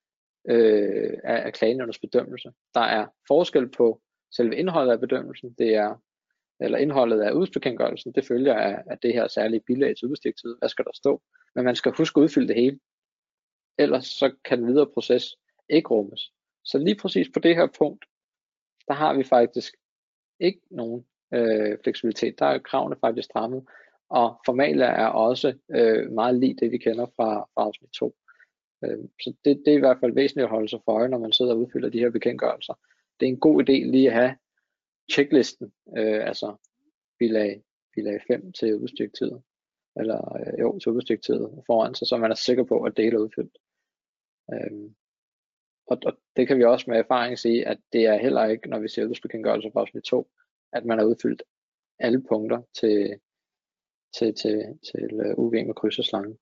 øh, af, af klagenævnets bedømmelse. Der er forskel på selve indholdet af bedømmelsen, det er, eller indholdet af udbudsbekendtgørelsen, det følger af, af det her særlige bilag til udbudsdirektivet. Hvad skal der stå? Men man skal huske at udfylde det hele. Ellers så kan den videre proces ikke rummes. Så lige præcis på det her punkt, der har vi faktisk ikke nogen øh, fleksibilitet. Der er kravene faktisk strammet, og formalia er også øh, meget lige det, vi kender fra, fra afsnit to. Øh, så det, det er i hvert fald væsentligt at holde sig for øje, når man sidder og udfylder de her bekendtgørelser. Det er en god idé lige at have checklisten, øh, altså bilag, bilag fem til udbudsdirektivet, eller øh, jo, til udbudsdirektivet foran sig, så man er sikker på, at det hele er udfyldt. Øh, og, og det kan vi også med erfaring sige, at det er heller ikke, når vi ser udbudsbekendtgørelser fra afsnit to, at man har udfyldt alle punkter til, til, til, til U V med kryds og slange.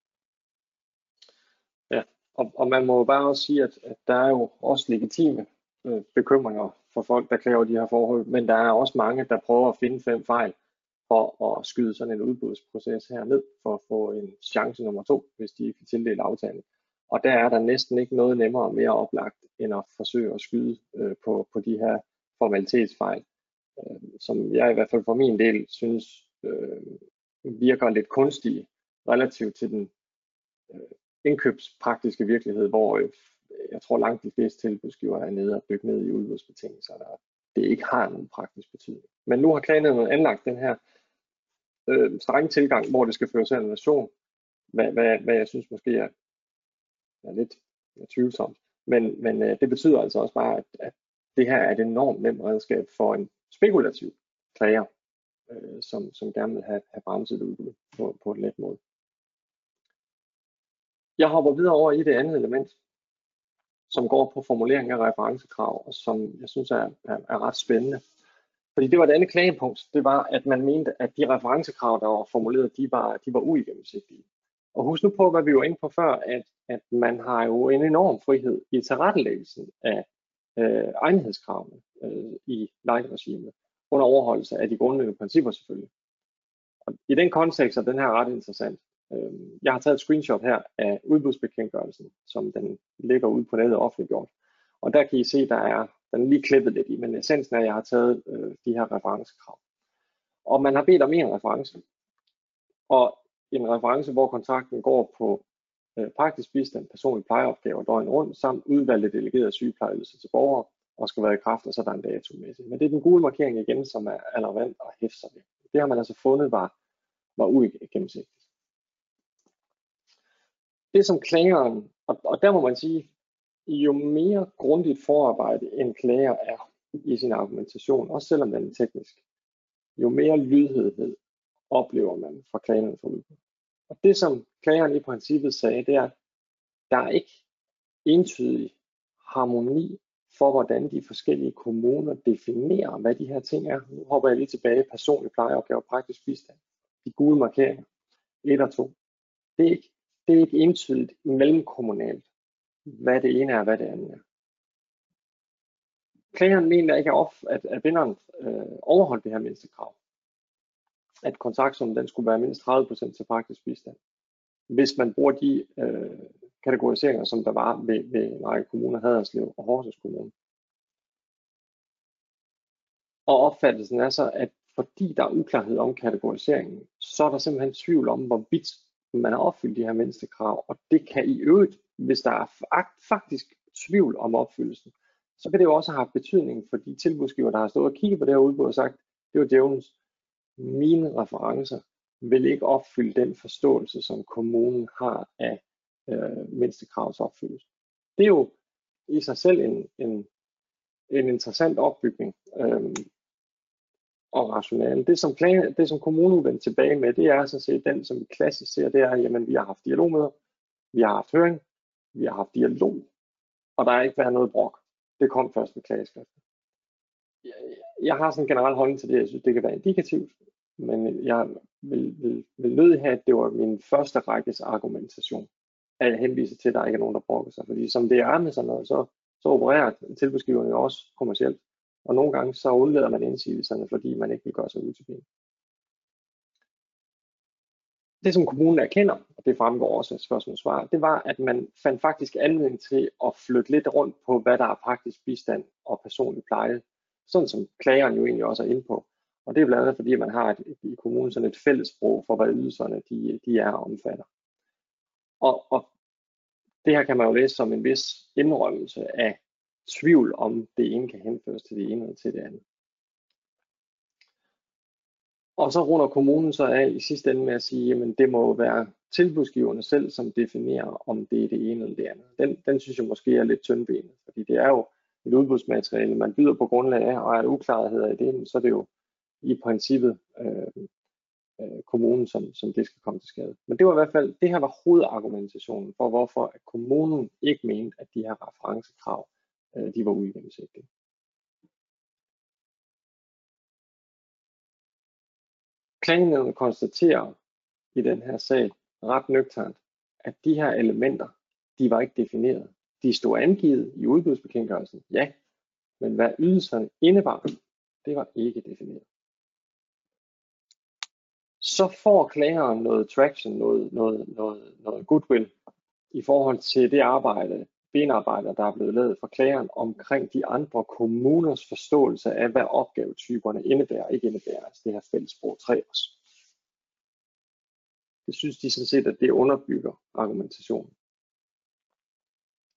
Ja, og, og man må jo bare også sige, at, at der er jo også legitime øh, bekymringer for folk, der klager de her forhold, men der er også mange, der prøver at finde fem fejl for at skyde sådan en udbudsproces her ned, for at få en chance nummer to, hvis de ikke kan tildele aftalen. Og der er der næsten ikke noget nemmere og mere oplagt, end at forsøge at skyde øh, på, på de her formalitetsfejl, øh, som jeg i hvert fald for min del synes øh, virker lidt kunstige relativt til den øh, indkøbspraktiske virkelighed, hvor øh, jeg tror langt de fleste tilbudsgivere er nede og dykke ned i udbudsbetingelser, der det ikke har nogen praktisk betydning. Men nu har klagenævnet anlagt den her øh, streng tilgang, hvor det skal føre til annulation, hvad, hvad, hvad jeg synes måske er, er lidt er tvivlsomt. Men, men øh, det betyder altså også bare, at, at det her er et enormt nemt redskab for en spekulativ klager, øh, som, som gerne vil have, have bremset udbud på, på en let måde. Jeg hopper videre over i det andet element, som går på formulering af referencekrav, og som jeg synes er, er, er ret spændende. Fordi det var det andet klagepunkt, det var, at man mente, at de referencekrav, der var formuleret, de var, de var uigennemsigtige. Og husk nu på, hvad vi var inde på før, at, at man har jo en enorm frihed i tilrettelæggelsen af øh, egnethedskravene øh, i lejeregimet, under overholdelse af de grundlæggende principper selvfølgelig. Og i den kontekst er den her ret interessant. Jeg har taget et screenshot her af udbudsbekendtgørelsen, som den ligger ude på nettet offentliggjort. Og der kan I se, der er, den er lige klippet lidt i, men essensen er, at jeg har taget øh, de her referencekrav. Og man har bedt om en reference. Og en reference, hvor kontrakten går på øh, praktisk bistand, personlige plejeopgaver døgnet rundt, samt udvalgte delegerede sygeplejeydelser til borgere, og skal være i kraft, og så er der en datomæssigt. Men det er den gule markering igen, som er relevant at hæfte sig ved. Det har man altså fundet var, var uigennemsigtigt. Det som klageren, og, og der må man sige, jo mere grundigt forarbejde en klager er i sin argumentation, også selvom den er teknisk, jo mere lydhørhed oplever man fra klageren for udbud. Og det som klageren i princippet sagde, det er, at der er ikke entydig harmoni for, hvordan de forskellige kommuner definerer, hvad de her ting er. Nu hopper jeg lige tilbage, personlig plejeopgave, praktisk bistand. De gule markeringer, et og to. Det er ikke Det er ikke entydigt mellemkommunalt, hvad det ene er og hvad det andet er. Klageren mener ikke, at, at vinderen øh, overholdt det her mindstekrav. At kontraktsummen den skulle være mindst tredive procent til praktisk bistand. Hvis man bruger de øh, kategoriseringer, som der var ved, ved en række kommuner, Haderslev og Horsens Kommune. Og opfattelsen er så, at fordi der er uklarhed om kategoriseringen, så er der simpelthen tvivl om, hvorvidt man har opfyldt de her mindstekrav, og det kan i øvrigt, hvis der er faktisk tvivl om opfyldelsen, så kan det jo også have haft betydning for de tilbudsgiver, der har stået og kigget på det her udbud og sagt, det var djævelens, mine referencer vil ikke opfylde den forståelse, som kommunen har af øh, mindstekravsopfyldelse. Det er jo i sig selv en, en, en interessant opbygning øh, og rationale. Det som, klage, det som kommunen vendte tilbage med, det er sådan set den, som vi klassisk ser, det er, jamen vi har haft dialogmøder, vi har haft høring, vi har haft dialog, og der er ikke været noget brok. Det kom først med klageskriften. Jeg, jeg har sådan en generel holdning til det, jeg synes, det kan være indikativt, men jeg vil, vil, vil nødig have, at det var min første rækkes argumentation, at jeg henviser til, at der ikke er nogen, der brokker sig. Fordi som det er med sådan noget, så, så opererer tilbudsgiverne jo også kommercielt. Og nogle gange så undlader man indsigelserne, fordi man ikke vil gøre sig ud til ben. Det som kommunen erkender, og det fremgår også af spørgsmålsvar, det var, at man fandt faktisk anledning til at flytte lidt rundt på, hvad der er praktisk bistand og personlig pleje, sådan som klageren jo egentlig også er inde på. Og det er blandt andet fordi, man har et, i kommunen sådan et fællessprog for, hvad ydelserne de, de er og omfatter. Og, og det her kan man jo læse som en vis indrømmelse af tvivl om det ene kan henføres til det ene eller til det andet. Og så runder kommunen så af i sidste ende med at sige, jamen det må være tilbudsgiverne selv, som definerer, om det er det ene eller det andet. Den, den synes jeg måske er lidt tyndbenet, fordi det er jo et udbudsmateriale, man byder på grundlag af, og er der uklarheder i det, så er det jo i princippet øh, øh, kommunen, som, som det skal komme til skade. Men det var i hvert fald, det her var hovedargumentationen for, hvorfor at kommunen ikke mente, at de her referencekrav, øh, de var uigennemsigtige. Klagenævnet konstaterer i den her sag ret nøgternt, at de her elementer, de var ikke defineret. De stod angivet i udbudsbekendtgørelsen, ja, men hvad ydelserne indebar, det var ikke defineret. Så får klageren noget traction, noget, noget, noget, noget goodwill i forhold til det arbejde, benarbejder, der er blevet lavet fra klageren omkring de andre kommuners forståelse af, hvad opgavetyperne indebærer og ikke indebærer, altså det her fællessprog tre også. Det synes de sådan set, at det underbygger argumentationen.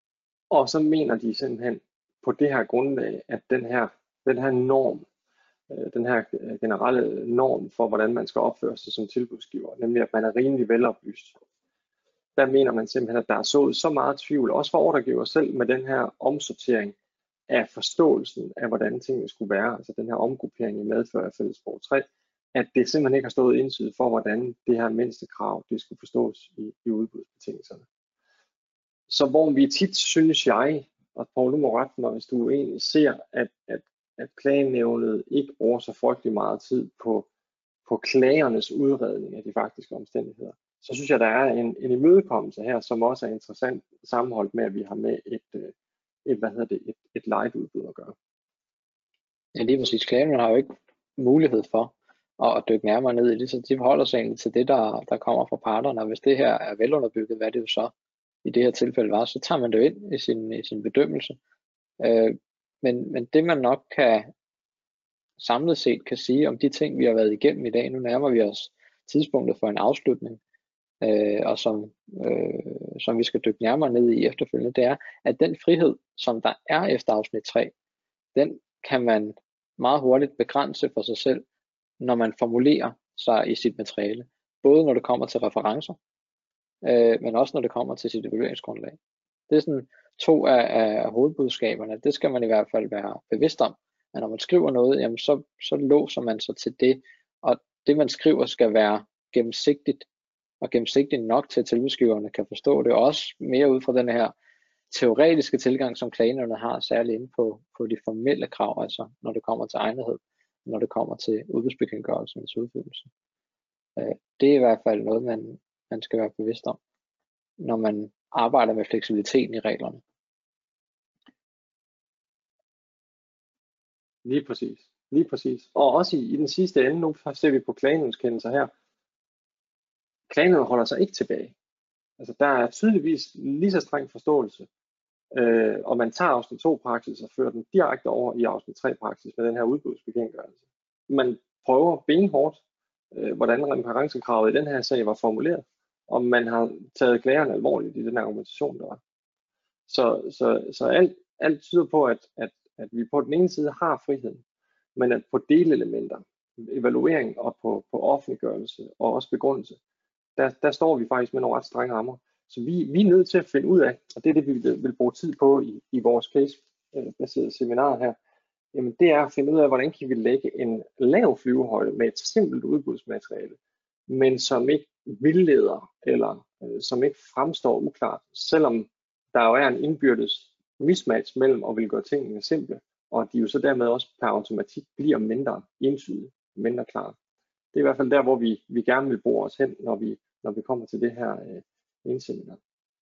Og så mener de simpelthen på det her grundlag, at den her, den her norm den her generelle norm for, hvordan man skal opføre sig som tilbudsgiver, nemlig at man er rimelig veloplyst. Der mener man simpelthen, at der er sået så meget tvivl, også for ordregiver selv, med den her omsortering af forståelsen af, hvordan tingene skulle være, altså den her omgruppering i medfør af fællesprog tre, at det simpelthen ikke har stået indsyet for, hvordan det her mindste krav, det skulle forstås i, i udbudsbetingelserne. Så hvor vi tit, synes jeg, og Poul, du må rette mig, hvis du egentlig ser, at, at, at klagenævnet ikke bruger så frygtelig meget tid på, på klagernes udredning af de faktiske omstændigheder, så synes jeg, der er en, en imødekommelse her, som også er interessant sammenholdt med, at vi har med et, et, hvad hedder det, et, et live-udbud at gøre. Ja, lige præcis. Klagenævnet har jo ikke mulighed for at dykke nærmere ned i det, så de forholder sig egentlig til det, der, der kommer fra parterne, og hvis det her er velunderbygget, hvad det jo så i det her tilfælde var, så tager man det ind i sin, i sin bedømmelse. Øh, men, men det man nok kan samlet set kan sige om de ting, vi har været igennem i dag, nu nærmer vi os tidspunktet for en afslutning, øh, og som, øh, som vi skal dykke nærmere ned i efterfølgende, det er, at den frihed, som der er efter afsnit tre, den kan man meget hurtigt begrænse for sig selv, når man formulerer sig i sit materiale. Både når det kommer til referencer, øh, men også når det kommer til sit evalueringsgrundlag. Det er sådan to af, af hovedbudskaberne. Det skal man i hvert fald være bevidst om. At når man skriver noget, jamen så, så låser man sig til det, og det man skriver skal være gennemsigtigt, og gennemsigtigt nok til, at tilbudsgiverne kan forstå det, også mere ud fra den her teoretiske tilgang, som klagenævnet har, særligt inde på, på de formelle krav, altså når det kommer til egnethed, når det kommer til udbudsbekendtgørelsens udførelse. Det er i hvert fald noget, man, man skal være bevidst om, når man arbejder med fleksibiliteten i reglerne. Lige præcis. Lige præcis. Og også i, i den sidste ende, nu ser vi på klagenævnskendelser her, klagenævnet holder sig ikke tilbage. Altså der er tydeligvis lige så streng forståelse, øh, og man tager afsnit to praksis og fører den direkte over i afsnit tre praksis med den her udbudsbekendtgørelse. Man prøver benhårdt, øh, hvordan referencekravet i den her sag var formuleret, og man har taget klagerne alvorligt i den her argumentation, der var. Så, så, så alt, alt tyder på, at, at, at vi på den ene side har friheden, men at på delelementer, evaluering og på, på offentliggørelse og også begrundelse, der, der står vi faktisk med nogle ret strenge rammer. Så vi, vi er nødt til at finde ud af, og det er det, vi vil, vil bruge tid på i, i vores case-baserede seminar her, jamen det er at finde ud af, hvordan kan vi lægge en lav flyvehøjde med et simpelt udbudsmateriale, men som ikke vildleder, eller øh, som ikke fremstår uklart, selvom der jo er en indbyrdes mismatch mellem at vil gøre tingene simple, og de jo så dermed også per automatik bliver mindre entydige, mindre klare. Det er i hvert fald der, hvor vi, vi gerne vil bruge os hen, når vi, når vi kommer til det her øh, indseminar.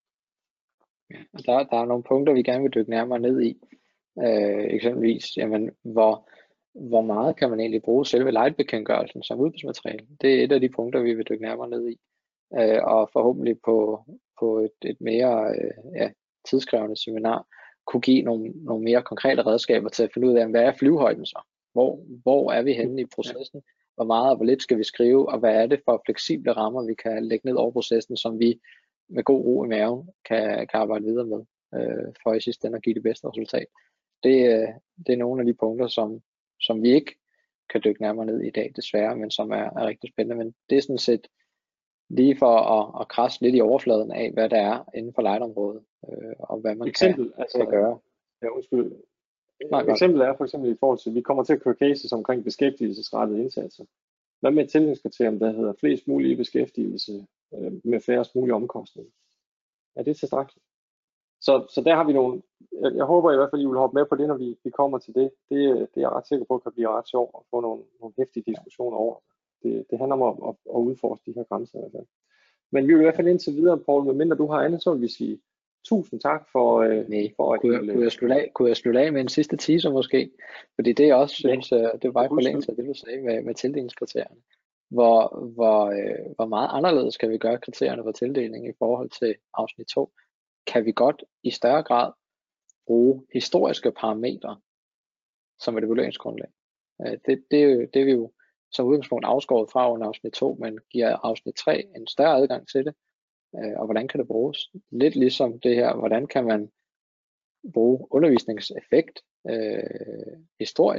Der, der er nogle punkter, vi gerne vil dykke nærmere ned i. Øh, eksempelvis, jamen, hvor, hvor meget kan man egentlig bruge selve lejetbekendtgørelsen som udbudsmateriale? Det er et af de punkter, vi vil dykke nærmere ned i. Øh, og forhåbentlig på, på et, et mere øh, ja, tidskrævende seminar kunne give nogle, nogle mere konkrete redskaber til at finde ud af, hvad er flyvehøjden så? Hvor, hvor er vi henne i processen? Hvor meget og hvor lidt skal vi skrive, og hvad er det for fleksible rammer, vi kan lægge ned over processen, som vi med god ro i maven kan, kan arbejde videre med, øh, for i sidste ende at give det bedste resultat. Det, det er nogle af de punkter, som, som vi ikke kan dykke nærmere ned i dag, desværre, men som er, er rigtig spændende. Men det er sådan set lige for at, at krasse lidt i overfladen af, hvad der er inden for lejeområdet, øh, og hvad man Eksempel, kan, altså, kan gøre. Ja, undskyld. Nej, Eksempel er for eksempel i forhold til, at vi kommer til at køre cases omkring beskæftigelsesrettede indsatser. Hvad med et tillidskriterium, der hedder flest mulige beskæftigelse øh, med færrest mulige omkostninger? Er det tilstrækkeligt? Så, så der har vi nogle, jeg, jeg håber i hvert fald, I vil hoppe med på det, når vi, vi kommer til det. det. Det er jeg ret sikker på, kan blive ret sjovt at få nogle, nogle hæftige diskussioner over. Det, det handler om at, at, at udforske de her grænser i hvert fald. Men vi vil i hvert fald indtil videre, Poul, medmindre du har andet, så vil vi sige tusind tak for, øh, Nej, for at kunne, jeg, kunne, jeg slutte af, kunne jeg slutte af med en sidste teaser måske? Fordi det jeg også synes, ja, det var i forlængelse af det, du sagde med, med tildelingskriterierne. Hvor, hvor, øh, hvor meget anderledes kan vi gøre kriterierne for tildeling i forhold til afsnit to? Kan vi godt i større grad bruge historiske parametre som et evalueringsgrundlag? Øh, det, det, det er vi jo som udgangspunkt afskåret fra under afsnit to, men giver afsnit tre en større adgang til det. Og hvordan kan det bruges? Lidt ligesom det her, hvordan kan man bruge undervisningseffekt øh, historisk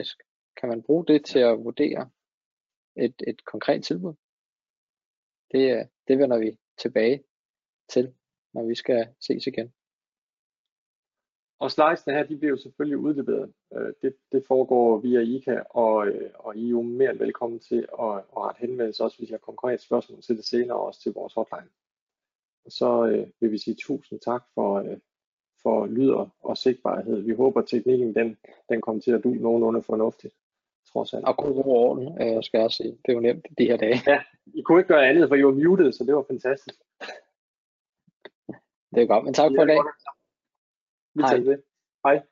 kan man bruge det til at vurdere et, et konkret tilbud? Det, det vender vi tilbage til, når vi skal ses igen. Og slidesene her, de bliver jo selvfølgelig udleveret. Det, det foregår via I C A, og, og I er jo mere end velkommen til at, at rette henvendelse, også hvis jeg har konkret spørgsmål til det senere, også til vores hotline. Og så øh, vil vi sige tusind tak for, øh, for lyd og sigtbarhed. Vi håber, at teknikken den, den kommer til at du nogenlunde fornuftigt. Trods alt. Og god ro og orden, øh, skal jeg sige. Det er jo nemt de her dage. Ja, I kunne ikke gøre andet, for I var muted, så det var fantastisk. Det er godt, men tak for i dag. Vi tager det. Hej.